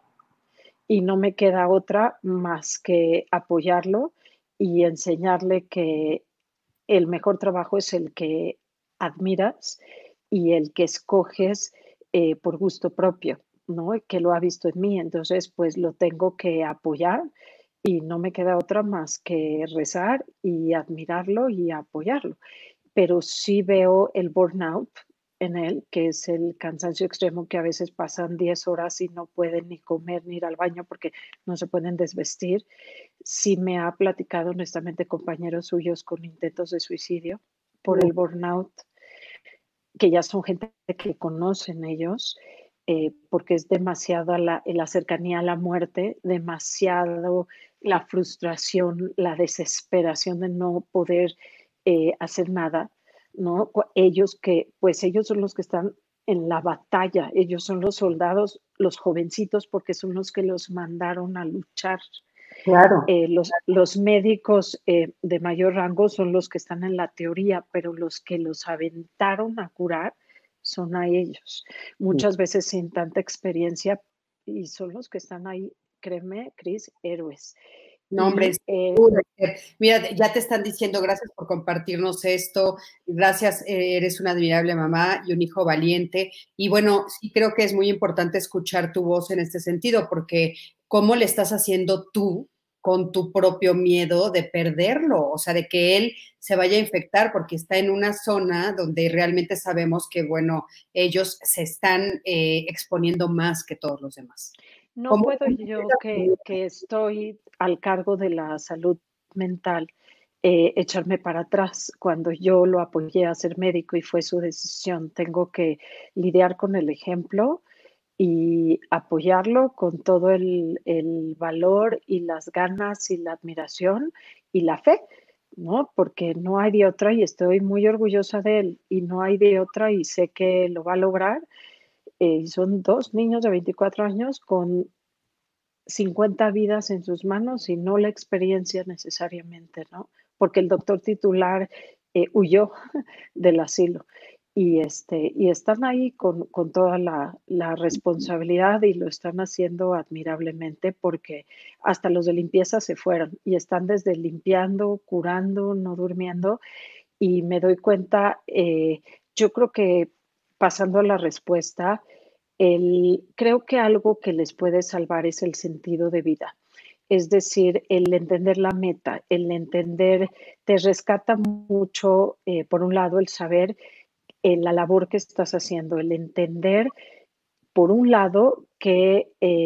y no me queda otra más que apoyarlo y enseñarle que el mejor trabajo es el que admiras y el que escoges por gusto propio, ¿no? Que lo ha visto en mí, entonces pues lo tengo que apoyar y no me queda otra más que rezar y admirarlo y apoyarlo. Pero sí veo el burnout en él, que es el cansancio extremo que a veces pasan 10 horas y no pueden ni comer ni ir al baño porque no se pueden desvestir. Sí me ha platicado honestamente compañeros suyos con intentos de suicidio por el burnout, que ya son gente que conocen ellos, porque es demasiada la cercanía a la muerte, demasiado la frustración, la desesperación de no poder hacer nada, ¿no? Ellos que, pues ellos son los que están en la batalla, ellos son los soldados, los jovencitos, porque son los que los mandaron a luchar. Claro. Los médicos de mayor rango son los que están en la teoría, pero los que los aventaron a curar son a ellos. Muchas veces sin tanta experiencia y son los que están ahí, créeme, Cris, héroes. No, hombre, Y seguro, Esther. Mira, ya te están diciendo gracias por compartirnos esto, gracias, eres una admirable mamá y un hijo valiente. Y bueno, sí creo que es muy importante escuchar tu voz en este sentido, porque ¿cómo le estás haciendo tú con tu propio miedo de perderlo? O sea, de que él se vaya a infectar, porque está en una zona donde realmente sabemos que, bueno, ellos se están exponiendo más que todos los demás. no ¿Cómo? puedo yo que estoy al cargo de la salud mental, echarme para atrás cuando yo lo apoyé a ser médico y fue su decisión. Tengo que lidiar con el ejemplo y apoyarlo con todo el valor y las ganas y la admiración y la fe, ¿no? Porque no hay de otra y estoy muy orgullosa de él y no hay de otra y sé que lo va a lograr. Son dos niños de 24 años con 50 vidas en sus manos y no la experiencia necesariamente, ¿no? Porque el doctor titular huyó del asilo y están ahí con toda la responsabilidad y lo están haciendo admirablemente porque hasta los de limpieza se fueron y están desde limpiando, curando, no durmiendo y me doy cuenta, yo creo que pasando a la respuesta, creo que algo que les puede salvar es el sentido de vida. Es decir, el entender la meta, el entender, te rescata mucho, por un lado, el saber la labor que estás haciendo, el entender, por un lado, que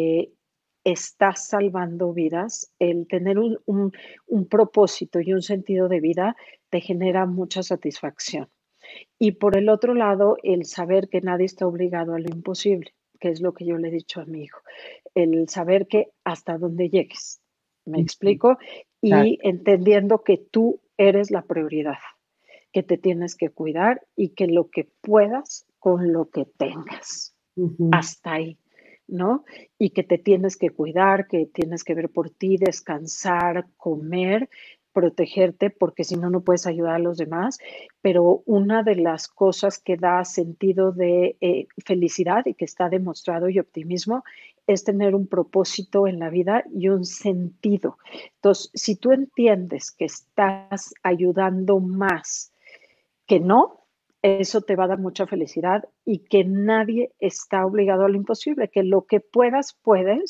estás salvando vidas, el tener un propósito y un sentido de vida te genera mucha satisfacción. Y por el otro lado, el saber que nadie está obligado a lo imposible, que es lo que yo le he dicho a mi hijo, el saber que hasta donde llegues, ¿me explico? Claro. Y entendiendo que tú eres la prioridad, que te tienes que cuidar y que lo que puedas con lo que tengas, Ujú. hasta ahí, ¿no? Y que te tienes que cuidar, que tienes que ver por ti, descansar, comer, protegerte, porque si no, no puedes ayudar a los demás. Pero una de las cosas que da sentido de felicidad y que está demostrado y optimismo es tener un propósito en la vida y un sentido. Entonces, si tú entiendes que estás ayudando más que no, eso te va a dar mucha felicidad y que nadie está obligado a lo imposible, que lo que puedas, puedes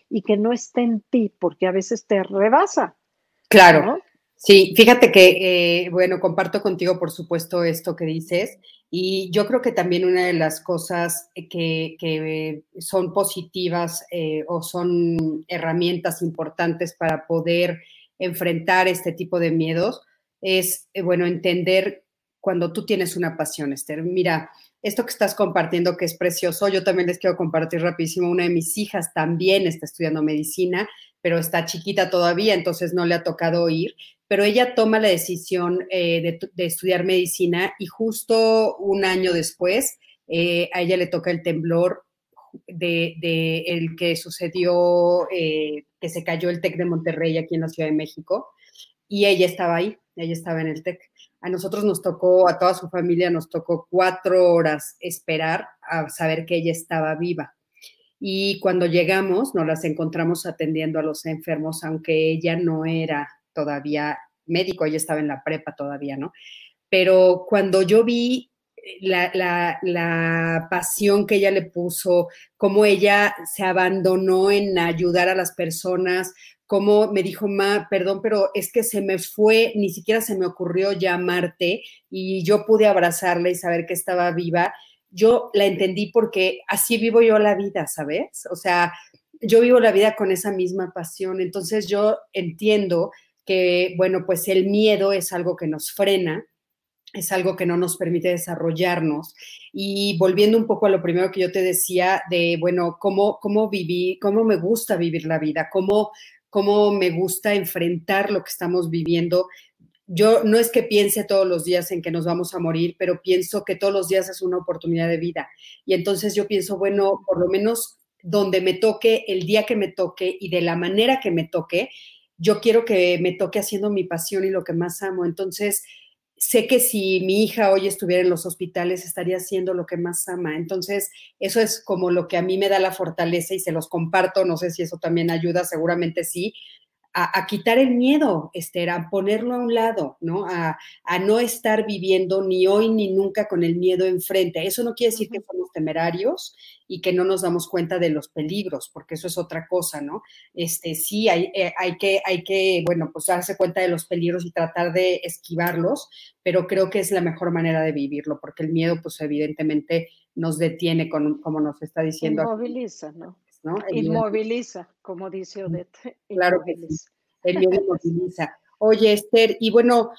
y que no esté en ti, porque a veces te rebasa, Claro. ¿no? Sí, fíjate que, bueno, comparto contigo, por supuesto, esto que dices, y yo creo que también una de las cosas que son positivas o son herramientas importantes para poder enfrentar este tipo de miedos es, bueno, entender cuando tú tienes una pasión, Esther. Mira, esto que estás compartiendo, que es precioso, yo también les quiero compartir rapidísimo. Una de mis hijas también está estudiando medicina, pero está chiquita todavía, entonces no le ha tocado ir, pero ella toma la decisión de estudiar medicina y justo un año después a ella le toca el temblor de el que sucedió, que se cayó el TEC de Monterrey aquí en la Ciudad de México, y ella estaba ahí, ella estaba en el TEC. A nosotros nos tocó, a toda su familia nos tocó 4 horas esperar a saber que ella estaba viva. Y cuando llegamos, nos las encontramos atendiendo a los enfermos, aunque ella no era todavía médico, ella estaba en la prepa todavía, ¿no? Pero cuando yo vi la pasión que ella le puso, cómo ella se abandonó en ayudar a las personas, cómo me dijo, perdón, pero es que se me fue, ni siquiera se me ocurrió llamarte y yo pude abrazarla y saber que estaba viva. Yo la entendí porque así vivo yo la vida, ¿sabes? O sea, yo vivo la vida con esa misma pasión. Entonces yo entiendo que, bueno, pues el miedo es algo que nos frena, es algo que no nos permite desarrollarnos. Y volviendo un poco a lo primero que yo te decía de, bueno, cómo viví, cómo me gusta vivir la vida, cómo me gusta enfrentar lo que estamos viviendo. Yo no es que piense todos los días en que nos vamos a morir, pero pienso que todos los días es una oportunidad de vida. Y entonces yo pienso, bueno, por lo menos donde me toque, el día que me toque y de la manera que me toque, yo quiero que me toque haciendo mi pasión y lo que más amo. Entonces, sé que si mi hija hoy estuviera en los hospitales, estaría haciendo lo que más ama. Entonces, eso es como lo que a mí me da la fortaleza y se los comparto. No sé si eso también ayuda, seguramente sí, a quitar el miedo, Esther, a ponerlo a un lado, ¿no? A no estar viviendo ni hoy ni nunca con el miedo enfrente. Eso no quiere decir que somos temerarios y que no nos damos cuenta de los peligros, porque eso es otra cosa, ¿no? Sí, hay que, bueno, pues darse cuenta de los peligros y tratar de esquivarlos, pero creo que es la mejor manera de vivirlo, porque el miedo, pues evidentemente nos detiene, como nos está diciendo aquí, Inmoviliza, ¿no? ¿no? El miedo. Inmoviliza, como dice Odette, Claro que sí, inmoviliza. el miedo inmoviliza. Oye, Esther, y bueno,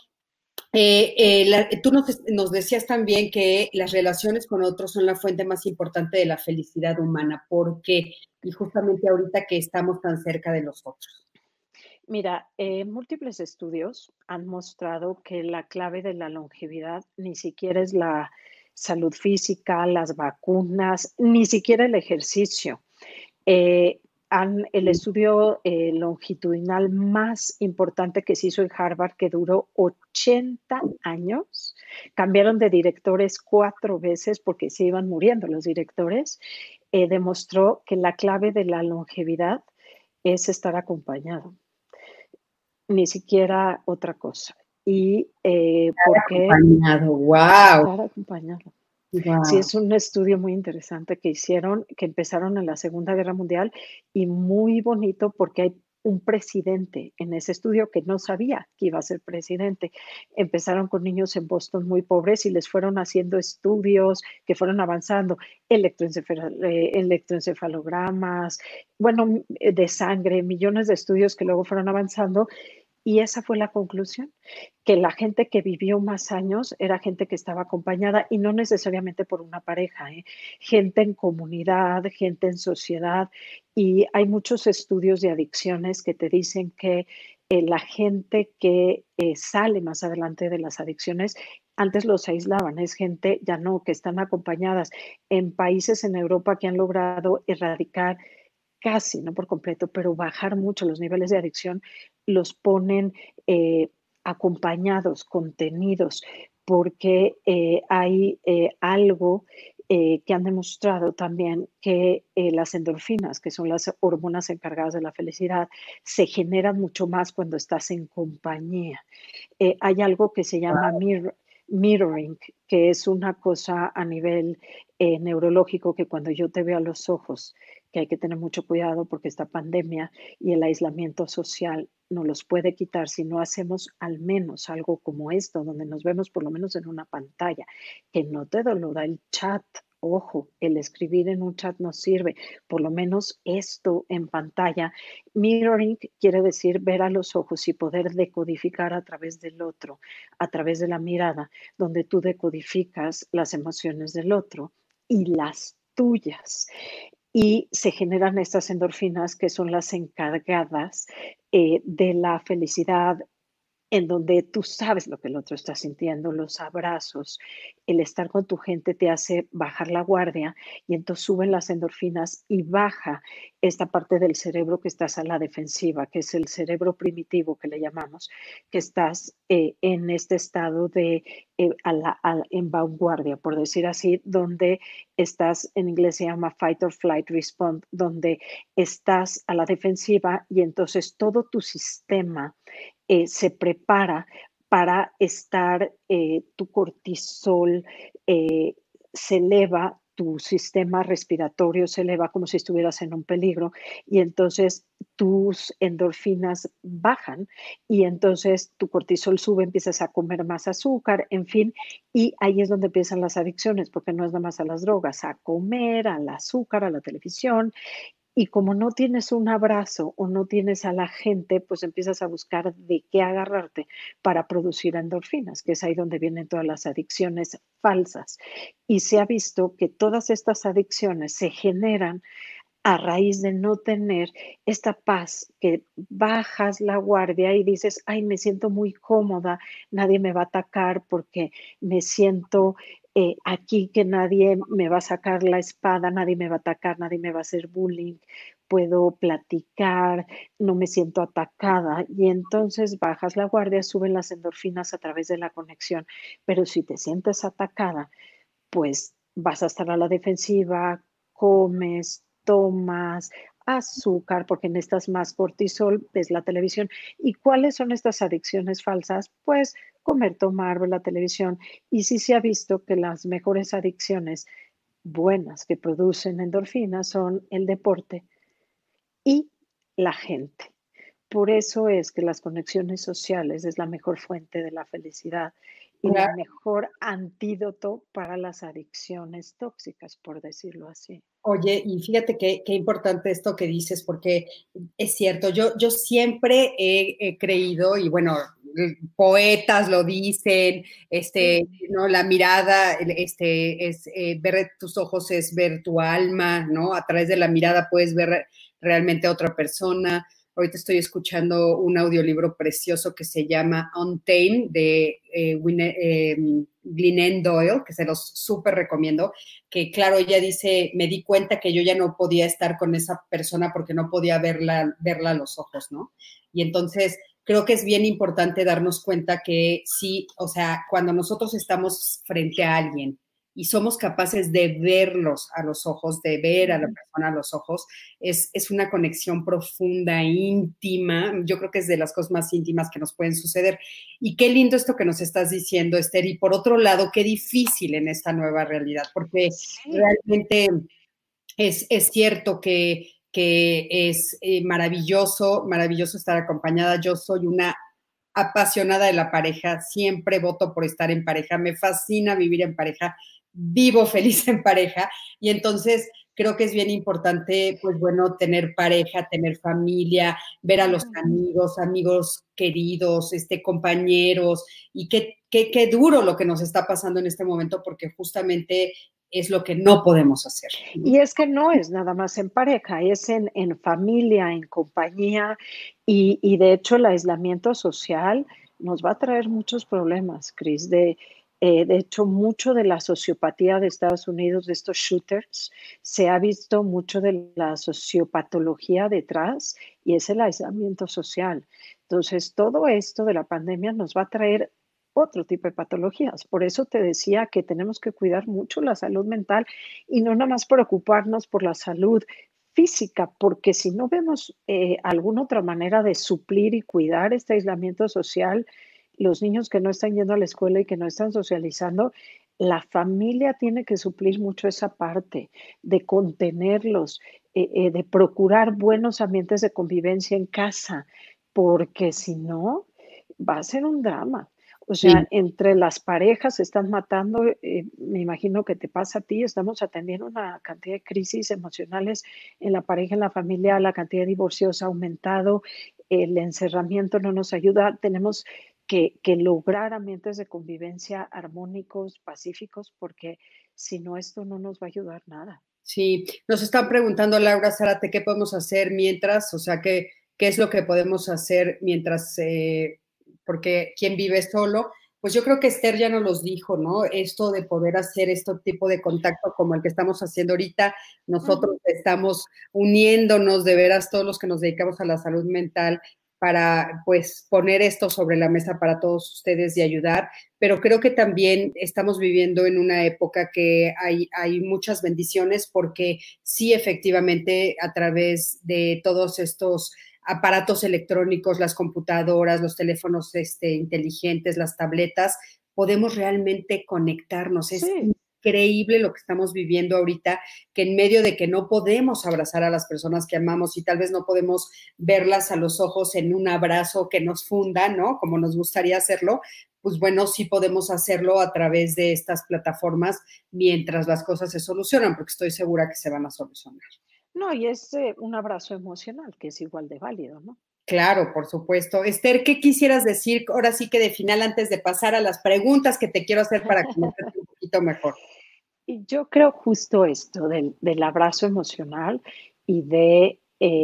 tú nos decías también que las relaciones con otros son la fuente más importante de la felicidad humana. ¿Por qué? Y justamente ahorita que estamos tan cerca de los otros. Mira, múltiples estudios han mostrado que la clave de la longevidad ni siquiera es la salud física, las vacunas, ni siquiera el ejercicio. Eh, el estudio longitudinal más importante que se hizo en Harvard, que duró 80 años, cambiaron de directores 4 veces porque se iban muriendo los directores, demostró que la clave de la longevidad es estar acompañado, ni siquiera otra cosa. Y ¿por qué? Acompañado, wow. Estar acompañado. Sí, Wow. es un estudio muy interesante que hicieron, que empezaron en la Segunda Guerra Mundial y muy bonito porque hay un presidente en ese estudio que no sabía que iba a ser presidente. Empezaron con niños en Boston muy pobres y les fueron haciendo estudios que fueron avanzando, electroencefalogramas, bueno, de sangre, millones de estudios que luego fueron avanzando y esa fue la conclusión, que la gente que vivió más años era gente que estaba acompañada y no necesariamente por una pareja, ¿eh? Gente en comunidad, gente en sociedad. Y hay muchos estudios de adicciones que te dicen que la gente que sale más adelante de las adicciones, antes los aislaban, es gente ya no, que están acompañadas en países en Europa que han logrado erradicar casi, no por completo, pero bajar mucho los niveles de adicción, los ponen acompañados, contenidos, porque hay algo que han demostrado también que las endorfinas, que son las hormonas encargadas de la felicidad, se generan mucho más cuando estás en compañía. Hay algo que se llama mirroring, que es una cosa a nivel neurológico que cuando yo te veo a los ojos que hay que tener mucho cuidado porque esta pandemia y el aislamiento social nos los puede quitar si no hacemos al menos algo como esto, donde nos vemos por lo menos en una pantalla, que no te lo da el chat. Ojo, el escribir en un chat no sirve, por lo menos esto en pantalla. Mirroring quiere decir ver a los ojos y poder decodificar a través del otro, a través de la mirada, donde tú decodificas las emociones del otro y las tuyas. Y se generan estas endorfinas que son las encargadas de la felicidad, en donde tú sabes lo que el otro está sintiendo, los abrazos, el estar con tu gente te hace bajar la guardia y entonces suben las endorfinas y baja esta parte del cerebro que estás a la defensiva, que es el cerebro primitivo que le llamamos, que estás en este estado de en vanguardia, por decir así, donde estás, en inglés se llama fight or flight response, donde estás a la defensiva y entonces todo tu sistema se prepara para estar, tu cortisol se eleva, tu sistema respiratorio se eleva como si estuvieras en un peligro y entonces tus endorfinas bajan y entonces tu cortisol sube, empiezas a comer más azúcar, en fin, y ahí es donde empiezan las adicciones, porque no es nada más a las drogas, a comer, al azúcar, a la televisión, y como no tienes un abrazo o no tienes a la gente, pues empiezas a buscar de qué agarrarte para producir endorfinas, que es ahí donde vienen todas las adicciones falsas. Y se ha visto que todas estas adicciones se generan a raíz de no tener esta paz, que bajas la guardia y dices, ay, me siento muy cómoda, nadie me va a atacar porque me siento aquí que nadie me va a sacar la espada, nadie me va a atacar, nadie me va a hacer bullying, puedo platicar, no me siento atacada y entonces bajas la guardia, suben las endorfinas a través de la conexión, pero si te sientes atacada, pues vas a estar a la defensiva, comes, tomas azúcar porque necesitas más cortisol, ves la televisión. ¿Y cuáles son estas adicciones falsas? Pues comer, tomar, ver la televisión. Y sí se ha visto que las mejores adicciones buenas que producen endorfinas son el deporte y la gente. Por eso es que las conexiones sociales es la mejor fuente de la felicidad y la mejor antídoto para las adicciones tóxicas, por decirlo así. Oye, y fíjate qué importante esto que dices, porque es cierto, yo siempre he creído, y bueno, poetas lo dicen, ¿no? La mirada, es ver tus ojos es ver tu alma, ¿no? A través de la mirada puedes ver realmente a otra persona. Ahorita estoy escuchando un audiolibro precioso que se llama Untamed de Glennon Doyle, que se los súper recomiendo, que claro, ella dice, me di cuenta que yo ya no podía estar con esa persona porque no podía verla a los ojos, ¿no? Y entonces creo que es bien importante darnos cuenta que sí, o sea, cuando nosotros estamos frente a alguien y somos capaces de verlos a los ojos, de ver a la persona a los ojos, es una conexión profunda, íntima. Yo creo que es de las cosas más íntimas que nos pueden suceder. Y qué lindo esto que nos estás diciendo, Esther. Y por otro lado, qué difícil en esta nueva realidad, porque realmente es cierto que es maravilloso, maravilloso estar acompañada. Yo soy una apasionada de la pareja, siempre voto por estar en pareja, me fascina vivir en pareja, vivo feliz en pareja y entonces creo que es bien importante, pues bueno, tener pareja, tener familia, ver a los amigos queridos, compañeros y qué duro lo que nos está pasando en este momento porque justamente es lo que no podemos hacer. Y es que no es nada más en pareja, es en familia, en compañía y de hecho el aislamiento social nos va a traer muchos problemas, Cris. De hecho, mucho de la sociopatía de Estados Unidos, de estos shooters, se ha visto mucho de la sociopatología detrás y es el aislamiento social. Entonces, todo esto de la pandemia nos va a traer otro tipo de patologías. Por eso te decía que tenemos que cuidar mucho la salud mental y no nada más preocuparnos por la salud física, porque si no vemos alguna otra manera de suplir y cuidar este aislamiento social, los niños que no están yendo a la escuela y que no están socializando, la familia tiene que suplir mucho esa parte de contenerlos. de procurar buenos ambientes de convivencia en casa, porque si no, va a ser un drama. O sea, Sí, entre las parejas se están matando, me imagino que te pasa a ti, estamos atendiendo una cantidad de crisis emocionales en la pareja, en la familia, la cantidad de divorcios ha aumentado, el encerramiento no nos ayuda, tenemos que lograr ambientes de convivencia armónicos, pacíficos, porque si no, esto no nos va a ayudar nada. sí. Nos están preguntando, Laura Zárate, ¿qué podemos hacer mientras? O sea, ¿qué es lo que podemos hacer mientras? Porque ¿quién vive solo? Pues yo creo que Esther ya nos los dijo, ¿no? Esto de poder hacer este tipo de contacto como el que estamos haciendo ahorita, nosotros Ujú. estamos uniéndonos de veras todos los que nos dedicamos a la salud mental para, pues, poner esto sobre la mesa para todos ustedes y ayudar, pero creo que también estamos viviendo en una época que hay muchas bendiciones porque sí, efectivamente, a través de todos estos aparatos electrónicos, las computadoras, los teléfonos inteligentes, las tabletas, podemos realmente conectarnos. Es Sí, increíble lo que estamos viviendo ahorita, que en medio de que no podemos abrazar a las personas que amamos y tal vez no podemos verlas a los ojos en un abrazo que nos funda, ¿no? Como nos gustaría hacerlo, pues bueno, sí podemos hacerlo a través de estas plataformas mientras las cosas se solucionan, porque estoy segura que se van a solucionar. no, y es un abrazo emocional que es igual de válido, ¿no? Claro, por supuesto. Esther, ¿qué quisieras decir ahora sí que de final antes de pasar a las preguntas que te quiero hacer para conocerte un poquito mejor? Y yo creo justo esto del abrazo emocional y de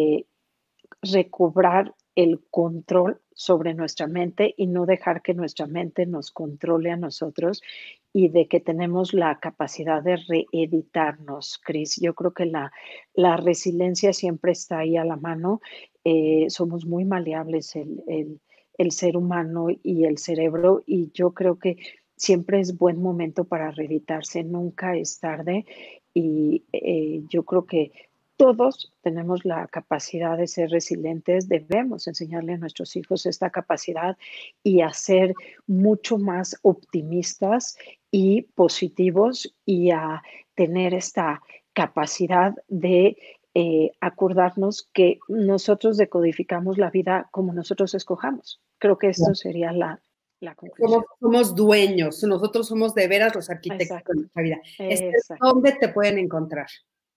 recobrar el control sobre nuestra mente y no dejar que nuestra mente nos controle a nosotros y de que tenemos la capacidad de reeditarnos, Cris. Yo creo que la resiliencia siempre está ahí a la mano. Somos muy maleables el ser humano y el cerebro y yo creo que siempre es buen momento para reeditarse, nunca es tarde y yo creo que todos tenemos la capacidad de ser resilientes, debemos enseñarle a nuestros hijos esta capacidad y a ser mucho más optimistas y positivos y a tener esta capacidad de acordarnos que nosotros decodificamos la vida como nosotros escojamos. Creo que esto sería la conclusión. Somos dueños, nosotros somos de veras los arquitectos de Exacto, nuestra vida. Esther, exacto. ¿dónde te pueden encontrar?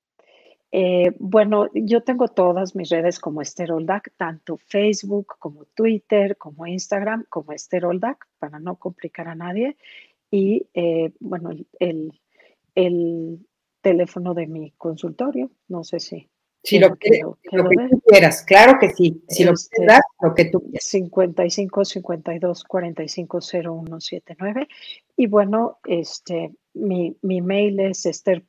Bueno, yo tengo todas mis redes como Esther Oldak, tanto Facebook como Twitter, como Instagram, como Esther Oldak, para no complicar a nadie. Y bueno, el teléfono de mi consultorio, no sé si Si lo quieren quieres, que lo lo que dé. tú quieras, claro que sí. Si lo quieres Este, dar, lo que tú quieras. 55 52 45 0179. Y bueno, mi mail es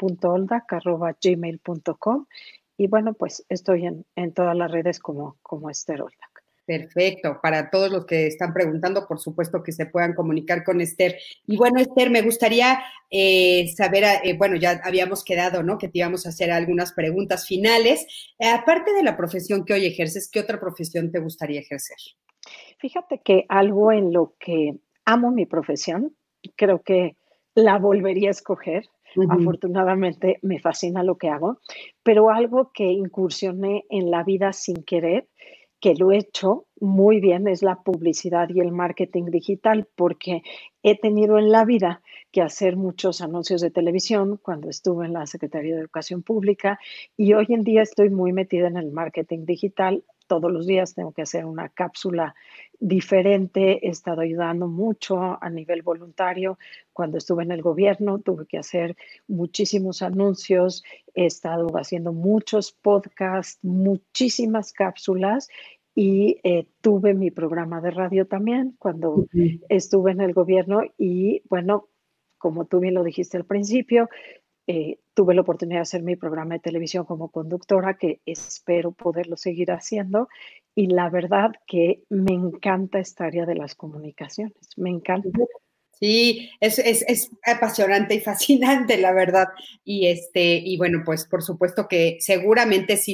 esther.oldak@gmail.com. Y bueno, pues estoy en todas las redes como Esther Oldak. Perfecto. Para todos los que están preguntando, por supuesto que se puedan comunicar con Esther. Y bueno, Esther, me gustaría saber, bueno, ya habíamos quedado, ¿no? Que te íbamos a hacer algunas preguntas finales. Aparte de la profesión que hoy ejerces, ¿qué otra profesión te gustaría ejercer? Fíjate que algo en lo que amo mi profesión, creo que la volvería a escoger. Ujú. Afortunadamente me fascina lo que hago, pero algo que incursioné en la vida sin querer, que lo he hecho muy bien, es la publicidad y el marketing digital, porque he tenido en la vida que hacer muchos anuncios de televisión cuando estuve en la Secretaría de Educación Pública y hoy en día estoy muy metida en el marketing digital. Todos los días tengo que hacer una cápsula diferente, he estado ayudando mucho a nivel voluntario. Cuando estuve en el gobierno tuve que hacer muchísimos anuncios, he estado haciendo muchos podcasts, muchísimas cápsulas y tuve mi programa de radio también cuando Ujú. estuve en el gobierno y bueno, como tú bien lo dijiste al principio, tuve la oportunidad de hacer mi programa de televisión como conductora, que espero poderlo seguir haciendo. Y la verdad que me encanta esta área de las comunicaciones, me encanta. Sí, es apasionante y fascinante, la verdad. Y bueno, pues por supuesto que seguramente sí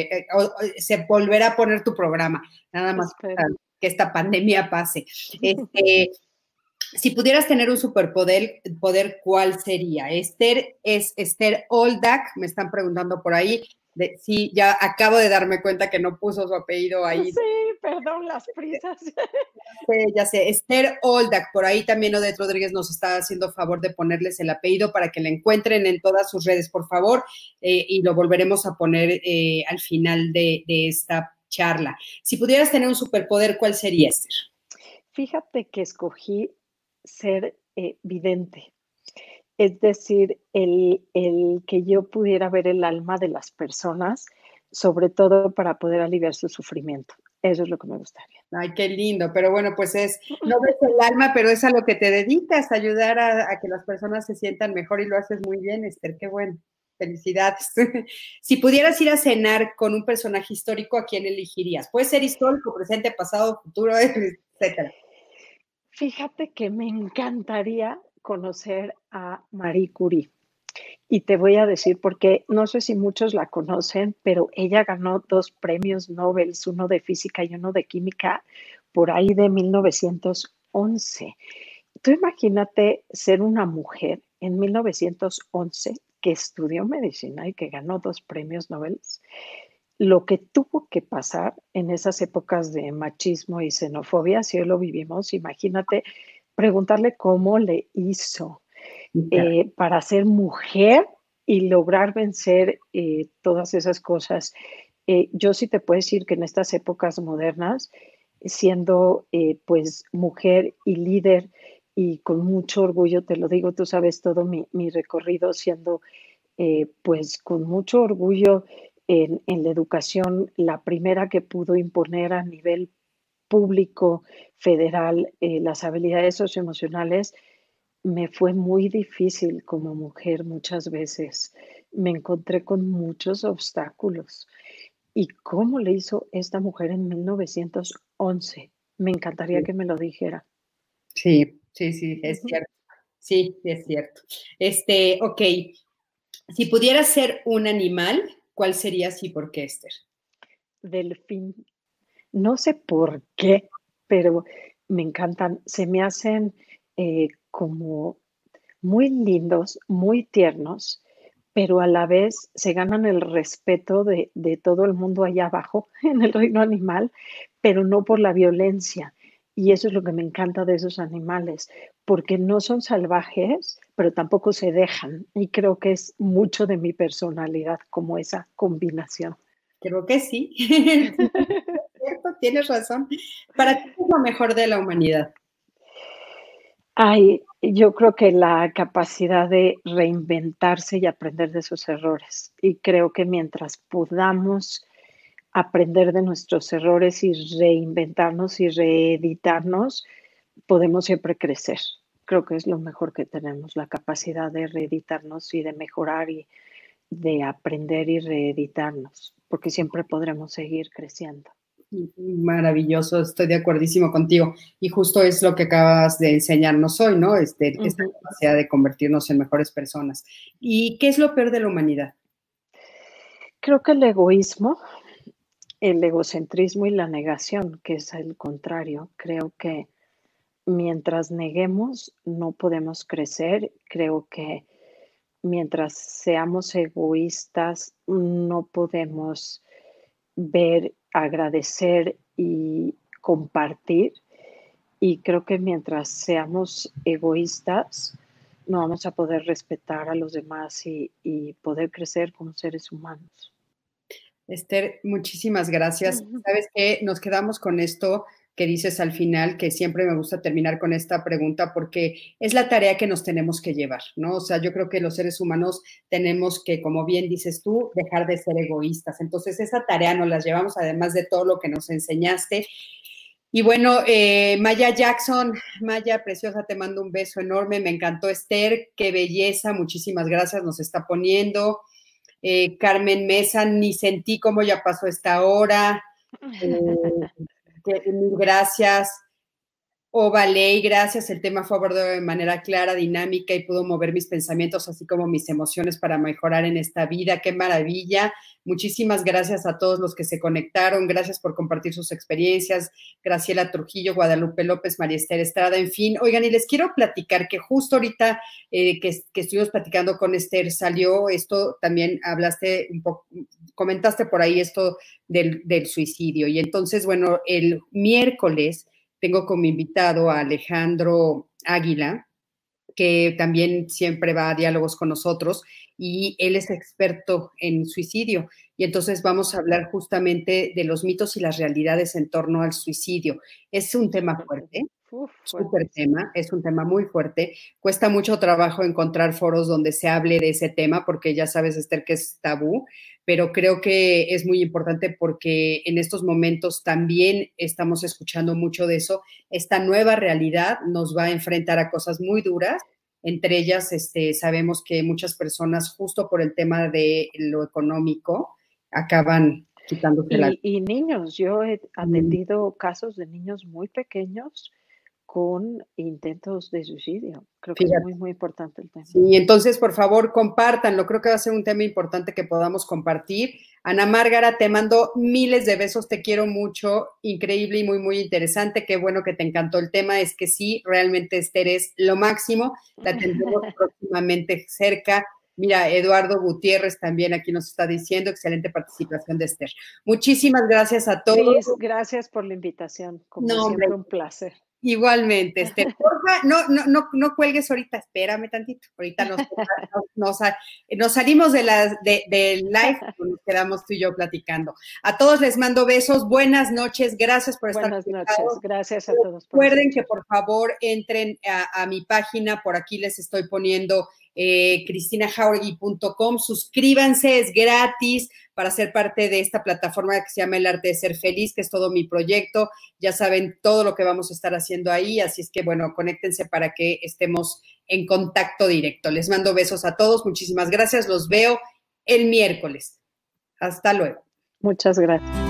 se volverá a poner tu programa, nada más Espero. que esta pandemia pase. Este, si pudieras tener un superpoder, ¿cuál sería? Esther es Esther Oldak, me están preguntando por ahí. Sí, ya acabo de darme cuenta que no puso su apellido ahí. Sí, perdón, las prisas. Ya sé, Esther Oldak, por ahí también Odette Rodríguez nos está haciendo favor de ponerles el apellido para que la encuentren en todas sus redes, por favor, y lo volveremos a poner al final de esta charla. Si pudieras tener un superpoder, ¿cuál sería, Esther? Fíjate que escogí ser vidente. Es decir, el que yo pudiera ver el alma de las personas, sobre todo para poder aliviar su sufrimiento. Eso es lo que me gustaría. Ay, qué lindo, pero bueno, pues no ves el alma, pero es a lo que te dedicas, ayudar a que las personas se sientan mejor y lo haces muy bien, Esther, qué bueno. Felicidades. Si pudieras ir a cenar con un personaje histórico, ¿a quién elegirías? Puede ser histórico, presente, pasado, futuro, etcétera. Fíjate que me encantaría conocer a Marie Curie. Y te voy a decir porque no sé si muchos la conocen, pero ella ganó 2 premios Nobel, uno de física y uno de química, por ahí de 1911. Tú imagínate ser una mujer en 1911 que estudió medicina y que ganó 2 premios Nobel, lo que tuvo que pasar en esas épocas de machismo y xenofobia, si hoy lo vivimos, imagínate preguntarle cómo le hizo para ser mujer y lograr vencer todas esas cosas. Yo sí te puedo decir que en estas épocas modernas, siendo pues mujer y líder y con mucho orgullo, te lo digo, tú sabes todo mi recorrido siendo pues con mucho orgullo en la educación, la primera que pudo imponer a nivel público federal las habilidades socioemocionales, me fue muy difícil como mujer muchas veces. Me encontré con muchos obstáculos. ¿Y cómo le hizo esta mujer en 1911? Me encantaría que me lo dijera. Sí, sí, sí, es cierto. Sí, es cierto. Ok, si pudieras ser un animal, ¿cuál serías y por qué, Esther? Delfín. No sé por qué, pero me encantan. Se me hacen como muy lindos, muy tiernos, pero a la vez se ganan el respeto de todo el mundo allá abajo en el reino animal, pero no por la violencia. Y eso es lo que me encanta de esos animales, porque no son salvajes, pero tampoco se dejan. Y creo que es mucho de mi personalidad, como esa combinación. Creo que sí. Cierto, tienes razón. Para ti, ¿qué es lo mejor de la humanidad? Ay, yo creo que la capacidad de reinventarse y aprender de sus errores. Y creo que mientras podamos aprender de nuestros errores y reinventarnos y reeditarnos, podemos siempre crecer. Creo que es lo mejor que tenemos, la capacidad de reeditarnos y de mejorar y de aprender y reeditarnos, porque siempre podremos seguir creciendo. Maravilloso, estoy de acuerdísimo contigo. Y justo es lo que acabas de enseñarnos hoy, ¿no? Esta capacidad de convertirnos en mejores personas. ¿Y qué es lo peor de la humanidad? Creo que el egoísmo, el egocentrismo y la negación, que es el contrario. Creo que mientras neguemos, no podemos crecer. Creo que mientras seamos egoístas, no podemos ver, agradecer y compartir. Y creo que mientras seamos egoístas, no vamos a poder respetar a los demás y poder crecer como seres humanos. Esther, muchísimas gracias. ¿Sabes qué? Nos quedamos con esto que dices al final, que siempre me gusta terminar con esta pregunta porque es la tarea que nos tenemos que llevar, ¿no? O sea, yo creo que los seres humanos tenemos que, como bien dices tú, dejar de ser egoístas. Entonces, esa tarea nos la llevamos además de todo lo que nos enseñaste. Y bueno, Maya Jackson, Maya, preciosa, te mando un beso enorme. Me encantó, Esther, qué belleza, muchísimas gracias, nos está poniendo. Carmen Mesa, ni sentí cómo ya pasó esta hora. Mil gracias. Vale, gracias. El tema fue abordado de manera clara, dinámica y pudo mover mis pensamientos, así como mis emociones para mejorar en esta vida. ¡Qué maravilla! Muchísimas gracias a todos los que se conectaron. Gracias por compartir sus experiencias. Graciela Trujillo, Guadalupe López, María Esther Estrada, en fin. Oigan, y les quiero platicar que justo ahorita que estuvimos platicando con Esther, salió esto, también hablaste un poco, comentaste por ahí esto del suicidio. Y entonces, bueno, el miércoles tengo como invitado a Alejandro Águila, que también siempre va a diálogos con nosotros, y él es experto en suicidio. Y entonces vamos a hablar justamente de los mitos y las realidades en torno al suicidio. Es un tema fuerte. Súper tema, es un tema muy fuerte. Cuesta mucho trabajo encontrar foros donde se hable de ese tema, porque ya sabes, Esther, que es tabú, pero creo que es muy importante porque en estos momentos también estamos escuchando mucho de eso. Esta nueva realidad nos va a enfrentar a cosas muy duras. Entre ellas, sabemos que muchas personas, justo por el tema de lo económico, acaban quitándose la vida. Y niños, yo he atendido casos de niños muy pequeños con intentos de suicidio. Creo que es muy, muy importante el tema. Sí, entonces, por favor, compártanlo. Creo que va a ser un tema importante que podamos compartir. Ana Márgara, te mando miles de besos, te quiero mucho, increíble y muy, muy interesante. Qué bueno que te encantó el tema. Es que sí, realmente Esther es lo máximo. La tendremos próximamente cerca. Mira, Eduardo Gutiérrez también aquí nos está diciendo, excelente participación de Esther. Muchísimas gracias a todos. Liz, gracias por la invitación. Como siempre, un placer. Igualmente, porfa, no cuelgues ahorita, espérame tantito. Ahorita nos salimos del live, nos quedamos tú y yo platicando. A todos les mando besos, buenas noches, gracias por estar conectados. Buenas noches, gracias a todos. Recuerden que por favor entren a mi página, por aquí les estoy poniendo cristinajauregui.com, suscríbanse, es gratis para ser parte de esta plataforma que se llama El Arte de Ser Feliz, que es todo mi proyecto. Ya saben todo lo que vamos a estar haciendo ahí, así es que, bueno, conéctense para que estemos en contacto directo. Les mando besos a todos, muchísimas gracias, los veo el miércoles. Hasta luego. Muchas gracias.